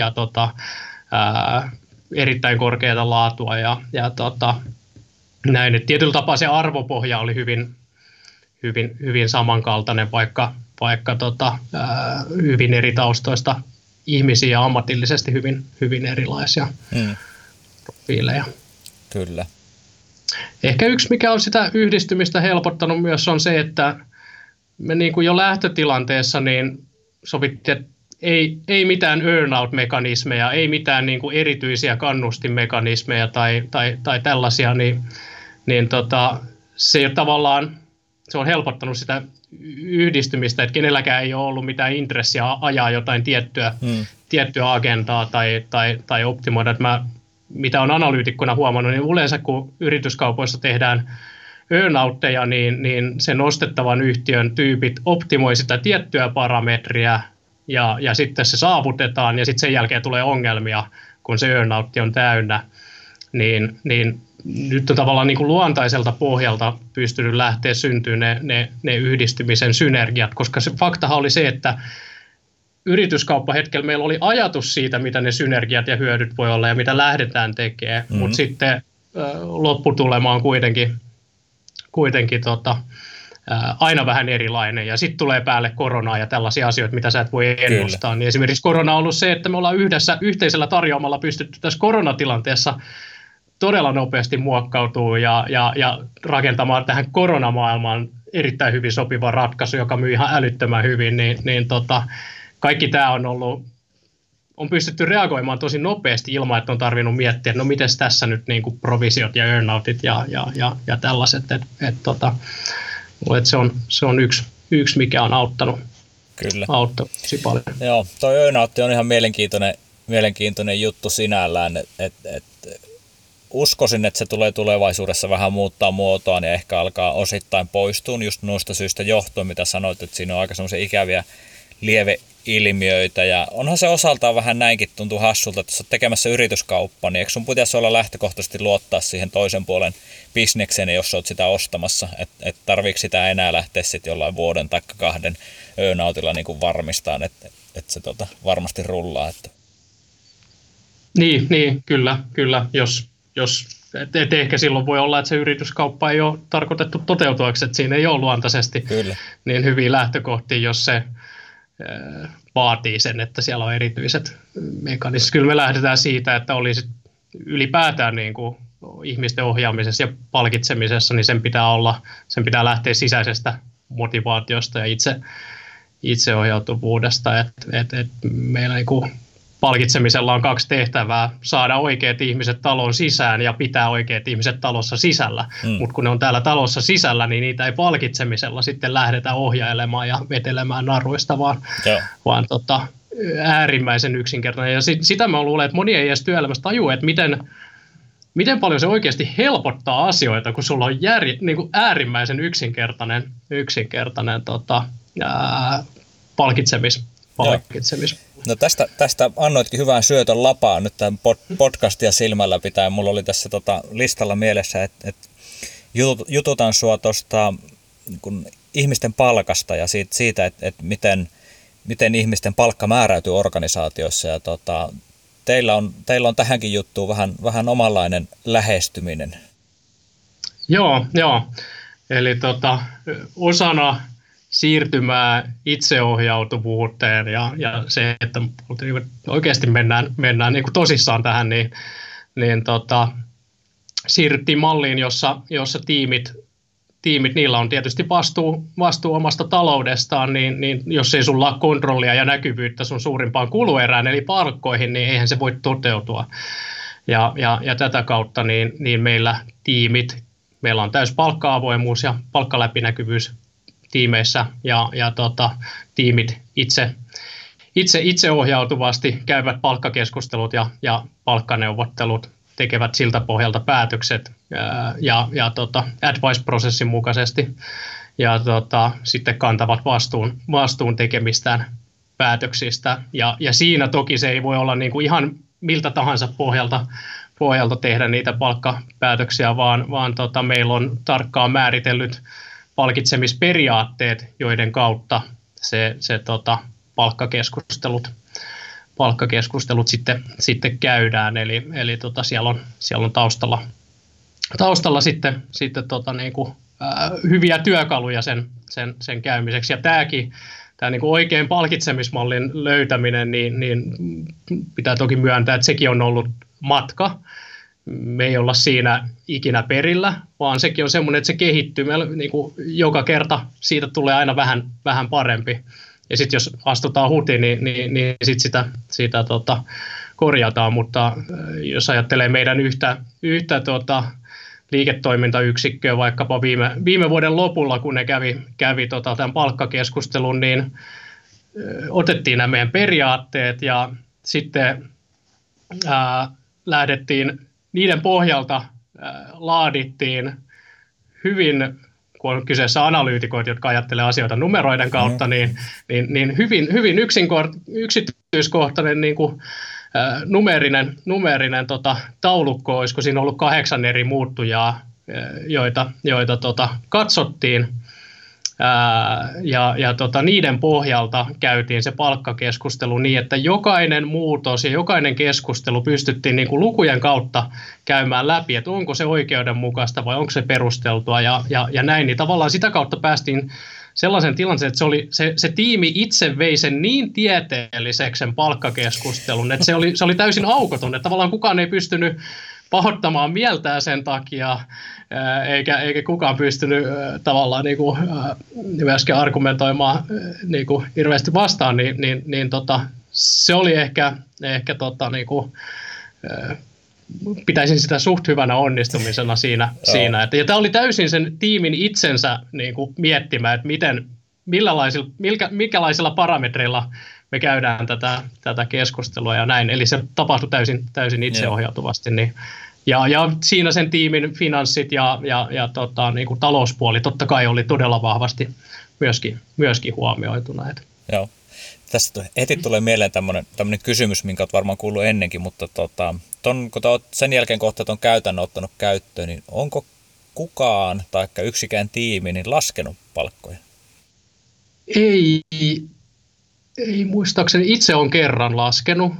B: erittäin korkeata laatua ja näin. Et tietyllä tapaa se arvopohja oli hyvin samankaltainen, vaikka hyvin eri taustoista ihmisiä ja ammatillisesti hyvin erilaisia profiileja.
A: Kyllä.
B: Ehkä yksi, mikä on sitä yhdistymistä helpottanut myös, on se, että me niin kuin jo lähtötilanteessa niin sovittiin, että ei mitään earn-out-mekanismeja, ei mitään niin kuin erityisiä kannustimekanismeja tai tällaisia, niin se tavallaan se on helpottanut sitä yhdistymistä, että kenelläkään ei ole ollut mitään intressiä ajaa jotain tiettyä agendaa tai optimoida. Mitä on analyytikkona huomannut, niin yleensä kun yrityskaupoissa tehdään earnoutteja, niin sen nostettavan yhtiön tyypit optimoi sitä tiettyä parametria ja sitten se saavutetaan ja sitten sen jälkeen tulee ongelmia, kun se earnoutti on täynnä. Niin nyt on tavallaan niin kuin luontaiselta pohjalta pystynyt lähteä syntyä ne yhdistymisen synergiat, koska se faktahan oli se, että yrityskauppahetkellä meillä oli ajatus siitä, mitä ne synergiat ja hyödyt voi olla ja mitä lähdetään tekemään, mutta sitten lopputulema on kuitenkin aina vähän erilainen ja sitten tulee päälle koronaa ja tällaisia asioita, mitä sä et voi ennustaa. Niin esimerkiksi korona on ollut se, että me ollaan yhteisellä tarjoamalla pystytty tässä koronatilanteessa todella nopeasti muokkautuu ja rakentamaan tähän koronamaailmaan erittäin hyvin sopiva ratkaisu, joka myy ihan älyttömän hyvin, niin kaikki tämä on pystytty reagoimaan tosi nopeasti ilman, että on tarvinnut miettiä, että no miten tässä nyt niin kuin provisiot ja earnoutit ja tällaiset, että se on yksi mikä on auttanut.
A: Kyllä.
B: Tosi paljon.
A: Joo, toi earnout on ihan mielenkiintoinen juttu sinällään, että uskoisin, että se tulee tulevaisuudessa vähän muuttaa muotoaan ja ehkä alkaa osittain poistua just noista syistä johtuen, mitä sanoit, että siinä on aika semmoisia ikäviä ilmiöitä, ja onhan se osaltaan vähän näinkin tuntuu hassulta, että jos olet tekemässä yrityskauppaa, niin eikö sun pitäisi olla lähtökohtaisesti luottaa siihen toisen puolen bisnekseen, jos olet sitä ostamassa, että tarviiko sitä enää lähteä sitten jollain vuoden tai 2 earnoutilla niin kuin varmistaan, että se varmasti rullaa. Että.
B: Niin, kyllä, et ehkä silloin voi olla, että se yrityskauppa ei ole tarkoitettu toteutuaksi, että siinä ei ole luontaisesti niin hyviä lähtökohtia, jos se vaatii sen, että siellä on erityiset mekanismit. Kyllä me lähdetään siitä, että olisi ylipäätään niin kuin ihmisten ohjaamisessa ja palkitsemisessa, niin sen pitää lähteä sisäisestä motivaatiosta ja itseohjautuvuudesta. Et meillä niin kuin palkitsemisella on 2 tehtävää: saada oikeat ihmiset talon sisään ja pitää oikeat ihmiset talossa sisällä. Mutta kun ne on täällä talossa sisällä, niin niitä ei palkitsemisella sitten lähdetä ohjailemaan ja vetelemään naruista, vaan äärimmäisen yksinkertainen. Ja sitä mä luulen, että moni ei edes työelämässä tajua, että miten paljon se oikeasti helpottaa asioita, kun sulla on niin kuin äärimmäisen yksinkertainen palkitsemis.
A: No tästä annoitkin hyvän syötön lapaan nyt tämän podcastia silmällä pitää. Mulla oli tässä listalla mielessä, että jututan sua tuosta niin ihmisten palkasta ja siitä että miten ihmisten palkka määräytyy organisaatioissa. Ja teillä on tähänkin juttuun vähän omanlainen lähestyminen. Joo.
B: Eli osana siirtymää itseohjautuvuuteen ja se, että oikeasti mennään niin kuin tosissaan tähän, niin siirryttiin malliin, jossa tiimit, niillä on tietysti vastuu omasta taloudestaan, niin jos ei sulla ole kontrollia ja näkyvyyttä sun suurimpaan kuluerään, eli palkkoihin, niin eihän se voi toteutua. Ja tätä kautta niin meillä on täys palkka-avoimuus ja palkkaläpinäkyvyys tiimeissä, ja tiimit itseohjautuvasti käyvät palkkakeskustelut ja palkkaneuvottelut, tekevät siltä pohjalta päätökset ja advice-prosessin mukaisesti, ja sitten kantavat vastuun tekemistään päätöksistä, ja siinä toki se ei voi olla niin kuin ihan miltä tahansa pohjalta tehdä niitä palkkapäätöksiä, vaan meillä on tarkkaan määritellyt palkitsemisperiaatteet, joiden kautta se palkkakeskustelut sitten käydään, eli siellä on taustalla sitten niin kuin, hyviä työkaluja sen käymiseksi, ja tämä niin kuin oikein palkitsemismallin löytäminen, niin pitää toki myöntää, että sekin on ollut matka. Me ei olla siinä ikinä perillä, vaan sekin on semmoinen, että se kehittyy. Meillä niin kuin joka kerta siitä tulee aina vähän parempi. Ja sitten jos astutaan huti, niin sitten sitä korjataan. Mutta jos ajattelee meidän yhtä liiketoimintayksikköä vaikkapa viime vuoden lopulla, kun ne kävi tämän palkkakeskustelun, niin otettiin nämä meidän periaatteet ja sitten lähdettiin niiden pohjalta, laadittiin hyvin, kun on kyseessä analyytikoit, jotka ajattelee asioita numeroiden kautta, niin hyvin yksityiskohtainen niin kuin, numeerinen taulukko, olisiko siinä ollut 8 eri muuttujaa, joita katsottiin, ja niiden pohjalta käytiin se palkkakeskustelu niin, että jokainen muutos ja jokainen keskustelu pystyttiin niin kuin lukujen kautta käymään läpi, että onko se oikeudenmukaista vai onko se perusteltua ja näin, niin tavallaan sitä kautta päästiin sellaisen tilanteen, että se tiimi itse vei sen niin tieteelliseksi sen palkkakeskustelun, että se oli täysin aukoton, että tavallaan kukaan ei pystynyt pahoittamaan mieltään sen takia, eikä kukaan pystynyt tavallaan myöskään argumentoimaan hirveästi vastaan, niin se oli ehkä pitäisin sitä suht hyvänä onnistumisena siinä. Ja tämä oli täysin sen tiimin itsensä miettimään, että minkälaisilla parametreilla me käydään tätä keskustelua ja näin. Eli se tapahtui täysin itseohjautuvasti. Niin. Ja siinä sen tiimin finanssit ja niin kuin talouspuoli totta kai oli todella vahvasti myöskin huomioituna.
A: Joo. Tästä heti tulee mieleen tämmöinen kysymys, minkä olet varmaan kuullut ennenkin, mutta kun olet sen jälkeen kohta tuon käytännön ottanut käyttöön, niin onko kukaan tai yksikään tiimi niin laskenut palkkoja?
B: Ei muistaakseni. Itse olen kerran laskenut,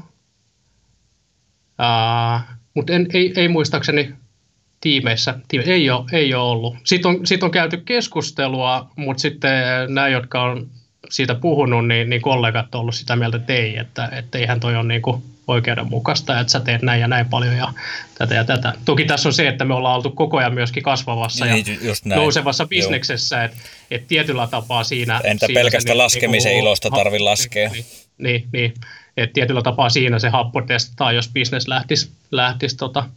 B: mutta ei muistaakseni tiimeissä ei ole ollut. Siitä on käyty keskustelua, mutta sitten nämä, jotka on siitä puhunut, niin kollegat on ollut sitä mieltä, että eihän toi ole niinku oikeudenmukaista, että sä teet näin ja näin paljon ja tätä ja tätä. Toki tässä on se, että me ollaan oltu koko ajan myöskin kasvavassa ja nousevassa bisneksessä, että tietyllä tapaa siinä...
A: Entä pelkästä laskemisen ilosta tarvitse laskea?
B: Niin, että tietyllä tapaa siinä se happo testataan, jos bisnes lähtisi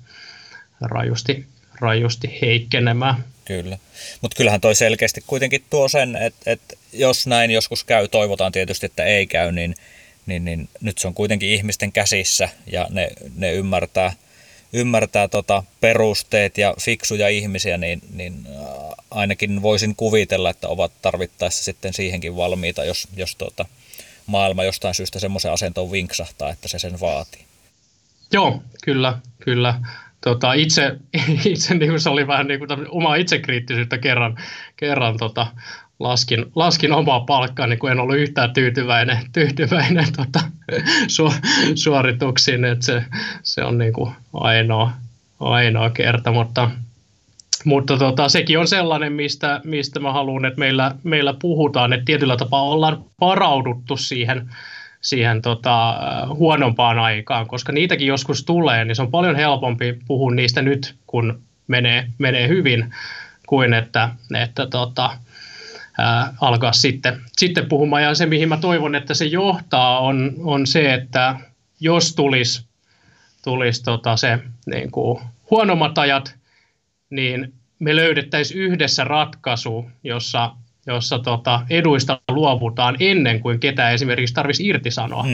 B: rajusti heikkenemään.
A: Kyllä, mutta kyllähän toi selkeästi kuitenkin tuo sen, että jos näin joskus käy, toivotaan tietysti, että ei käy, niin nyt se on kuitenkin ihmisten käsissä ja ne ymmärtää perusteet ja fiksuja ihmisiä, niin ainakin voisin kuvitella, että ovat tarvittaessa sitten siihenkin valmiita, jos maailma jostain syystä semmoisen asentoon vinksahtaa, että se sen vaatii.
B: Joo, kyllä. Itse niin se oli vähän niin kuin omaa itsekriittisyyttä kerran laskin omaa palkkaani, kun en ollut yhtään tyytyväinen suorituksiin, että se on niin kuin ainoa kerta, mutta sekin on sellainen, mistä mä haluan, että meillä puhutaan, että tietyllä tapaa ollaan varauduttu siihen huonompaan aikaan, koska niitäkin joskus tulee, niin se on paljon helpompi puhua niistä nyt, kun menee hyvin, kuin että alkaa sitten puhumaan. Ja se, mihin mä toivon, että se johtaa, on se, että jos tulisi se niin kuin huonommat ajat, niin me löydettäisiin yhdessä ratkaisu, jossa eduista luovutaan ennen kuin ketään esimerkiksi tarvitsisi irtisanoa,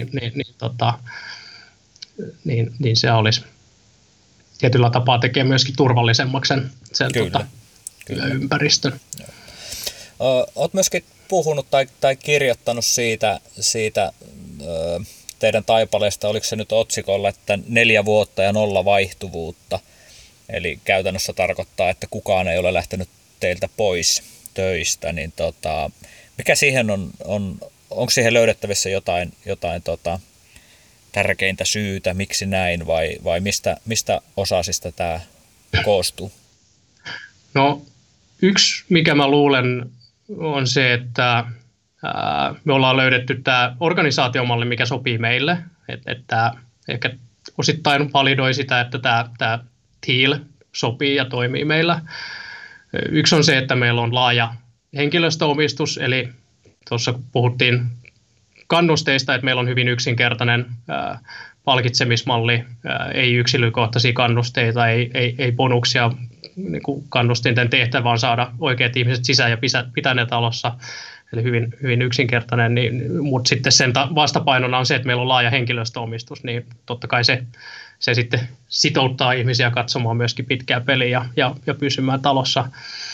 B: niin se olisi tietyllä tapaa tekee myöskin turvallisemmaksi sen ympäristön.
A: Olet myöskin puhunut tai kirjoittanut siitä teidän taipaleesta, oliko se nyt otsikolla, että 4 vuotta ja 0 vaihtuvuutta, eli käytännössä tarkoittaa, että kukaan ei ole lähtenyt teiltä pois töistä, niin mikä siihen onko siihen löydettävissä jotain tärkeintä syytä, miksi näin, vai mistä osasista tämä koostuu?
B: No, yksi, mikä mä luulen, on se, että me ollaan löydetty tämä organisaatiomalli, mikä sopii meille, että ehkä osittain validoi sitä, että tämä TEAL sopii ja toimii meillä. Yksi on se, että meillä on laaja henkilöstöomistus, eli tuossa puhuttiin kannusteista, että meillä on hyvin yksinkertainen palkitsemismalli, ei yksilökohtaisia kannusteita, ei bonuksia, niin kuin kannustinten tehtävä on saada oikeat ihmiset sisään ja pitää ne talossa, eli hyvin, hyvin yksinkertainen, mutta sitten sen vastapainona on se, että meillä on laaja henkilöstöomistus, niin totta kai se sitten sitouttaa ihmisiä katsomaan myöskin pitkää peliä ja pysymään talossa.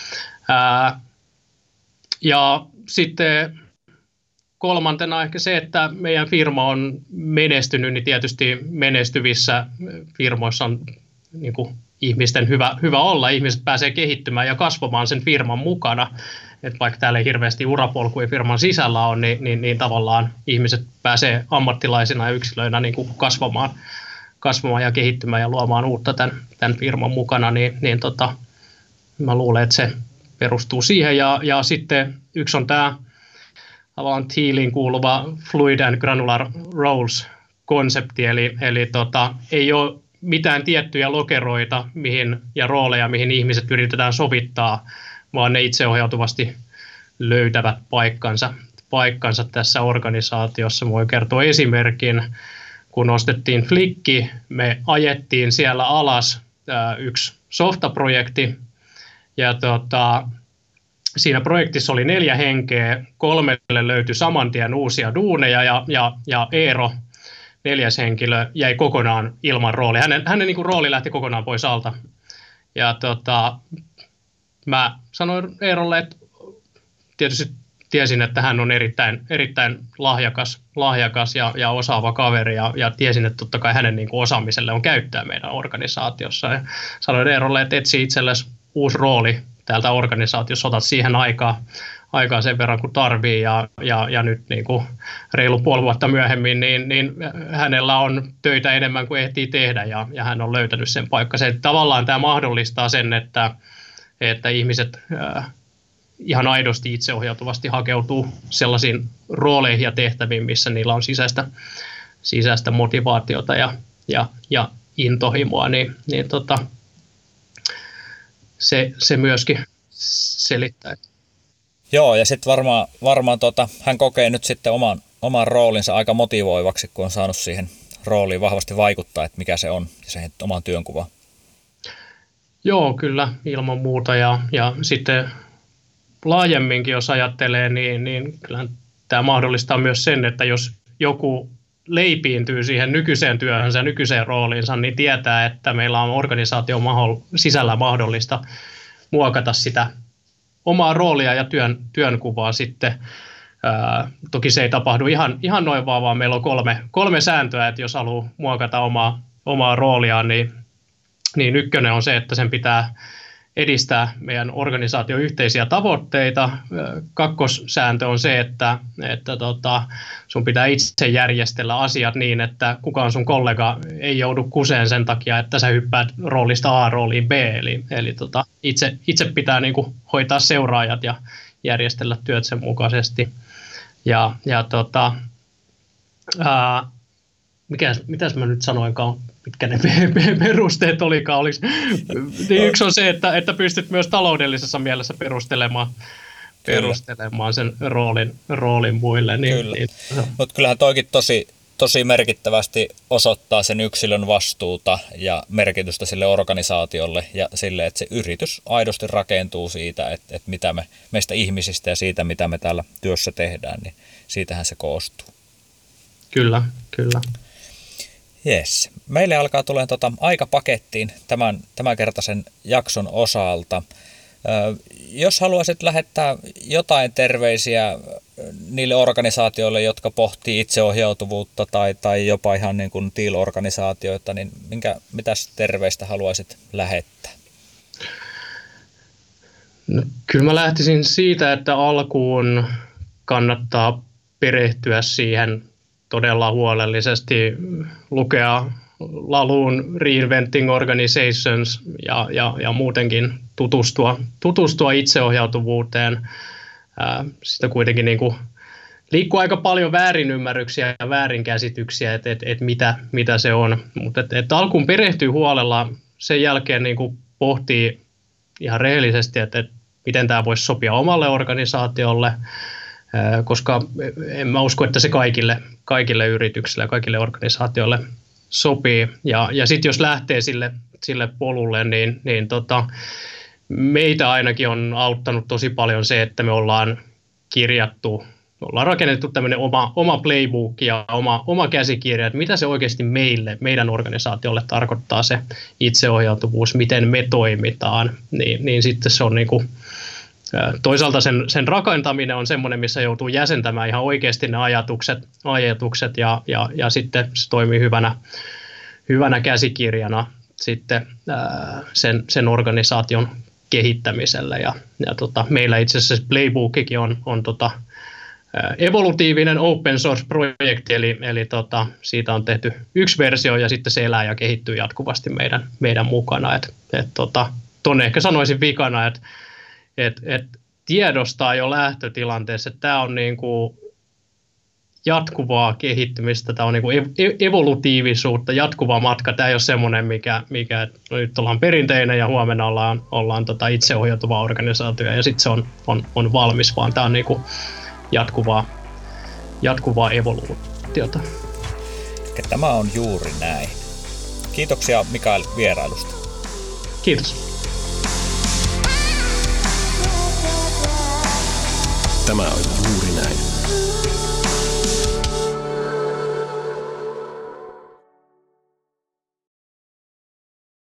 B: Ja sitten kolmantena ehkä se, että meidän firma on menestynyt, niin tietysti menestyvissä firmoissa on niin kuin ihmisten hyvä olla. Ihmiset pääsee kehittymään ja kasvamaan sen firman mukana. Et vaikka täällä ei hirveästi urapolkuja firman sisällä on, niin tavallaan ihmiset pääsee ammattilaisina ja yksilöinä niin kuin kasvamaan ja kehittymään ja luomaan uutta tämän firman mukana, niin mä luulen, että se perustuu siihen. Ja sitten yksi on tämä tavallaan TEALiin kuuluva Fluid and Granular Roles-konsepti, eli ei ole mitään tiettyjä lokeroita ja rooleja, mihin ihmiset yritetään sovittaa, vaan ne itseohjautuvasti löytävät paikkansa tässä organisaatiossa. Mä voin kertoa esimerkin. Kun ostettiin Flikki, me ajettiin siellä alas yksi softaprojekti, ja siinä projektissa oli 4 henkeä, 3 löytyi saman tien uusia duuneja, ja Eero, 4. henkilö, jäi kokonaan ilman roolia. Hänen niin kuin rooli lähti kokonaan pois alta. Ja mä sanoin Eerolle, että tietysti tiesin, että hän on erittäin lahjakas ja osaava kaveri, ja tiesin, että totta kai hänen niin kuin osaamiselle on käyttöä meidän organisaatiossa. Ja sanoin Eerolle, että etsi itsellesi uusi rooli täältä organisaatiossa, otat siihen aikaa sen verran kuin tarvii, ja nyt niin kuin reilu puoli vuotta myöhemmin, niin hänellä on töitä enemmän kuin ehtii tehdä, ja hän on löytänyt sen paikka. Se, tavallaan tämä mahdollistaa sen, että ihmiset ihan aidosti itseohjautuvasti hakeutuu sellaisiin rooleihin ja tehtäviin, missä niillä on sisäistä motivaatiota ja intohimoa, niin se myöskin selittää.
A: Joo, ja sitten varmaan hän kokee nyt sitten oman roolinsa aika motivoivaksi, kun on saanut siihen rooliin vahvasti vaikuttaa, että mikä se on, ja siihen oman työnkuvaan.
B: Joo, kyllä, ilman muuta, ja sitten laajemminkin, jos ajattelee, niin kyllähän tämä mahdollistaa myös sen, että jos joku leipiintyy siihen nykyiseen työhönsä ja nykyiseen rooliinsa, niin tietää, että meillä on organisaation sisällä mahdollista muokata sitä omaa roolia ja työnkuvaa sitten. Toki se ei tapahdu ihan noin vaan meillä on kolme sääntöä, että jos haluaa muokata omaa rooliaan, niin ykkönen on se, että sen pitää edistää meidän organisaation yhteisiä tavoitteita. Kakkossääntö on se, että sun pitää itse järjestellä asiat niin, että kukaan sun kollega ei joudu kuseen sen takia, että sä hyppäät roolista A rooliin B. Eli itse pitää niinku hoitaa seuraajat ja järjestellä työt sen mukaisesti. Mitäs mä nyt sanoinkaan, mitkä ne perusteet olikaan. Niin yksi on se, että pystyt myös taloudellisessa mielessä perustelemaan sen roolin muille.
A: Kyllä. Mutta kyllähän toikin tosi merkittävästi osoittaa sen yksilön vastuuta ja merkitystä sille organisaatiolle ja sille, että se yritys aidosti rakentuu siitä, että mitä meistä ihmisistä ja siitä, mitä me täällä työssä tehdään, niin siitähän se koostuu.
B: Kyllä.
A: Jes. Meille alkaa tulemaan aika pakettiin tämänkertaisen jakson osalta. Jos haluaisit lähettää jotain terveisiä niille organisaatioille, jotka pohtii itseohjautuvuutta tai jopa ihan niin kuin Teal-organisaatioita, niin mitäs terveistä haluaisit lähettää?
B: No, kyllä mä lähtisin siitä, että alkuun kannattaa perehtyä siihen todella huolellisesti, lukea Laluun Reinventing Organizations ja muutenkin tutustua itseohjautuvuuteen. Sitä kuitenkin niin kuin liikkuu aika paljon väärinymmärryksiä ja väärinkäsityksiä, että mitä se on. Mutta että alkuun perehtyy huolella, sen jälkeen niin kuin pohtii ihan rehellisesti, että miten tämä voisi sopia omalle organisaatiolle, koska en mä usko, että se kaikille yrityksille ja kaikille organisaatioille sopii. Ja sitten jos lähtee sille polulle, niin meitä ainakin on auttanut tosi paljon se, että me ollaan rakennettu tämmöinen oma playbook ja oma käsikirja, että mitä se oikeasti meidän organisaatiolle tarkoittaa se itseohjautuvuus, miten me toimitaan, niin sitten se on niinku, toisaalta sen rakentaminen on semmoinen, missä joutuu jäsentämään ihan oikeasti ne ajatukset ja sitten se toimii hyvänä käsikirjana sitten sen organisaation kehittämiselle. Ja meillä itse asiassa Playbookikin on evolutiivinen open source-projekti, eli siitä on tehty yksi versio ja sitten se elää ja kehittyy jatkuvasti meidän mukana. Tuonne ehkä sanoisin vikana, että tiedostaa jo lähtötilanteessa, että tämä on niinku jatkuvaa kehittymistä, tämä on niinku evolutiivisuutta, jatkuva matka. Tämä ei ole semmoinen, mikä nyt ollaan perinteinen ja huomenna ollaan itseohjautuva organisaatio ja sitten se on valmis, vaan tämä on niinku jatkuvaa evoluutiota.
A: Tämä on juuri näin. Kiitoksia Mikael vierailusta.
B: Kiitos.
C: Tämä on juuri näin.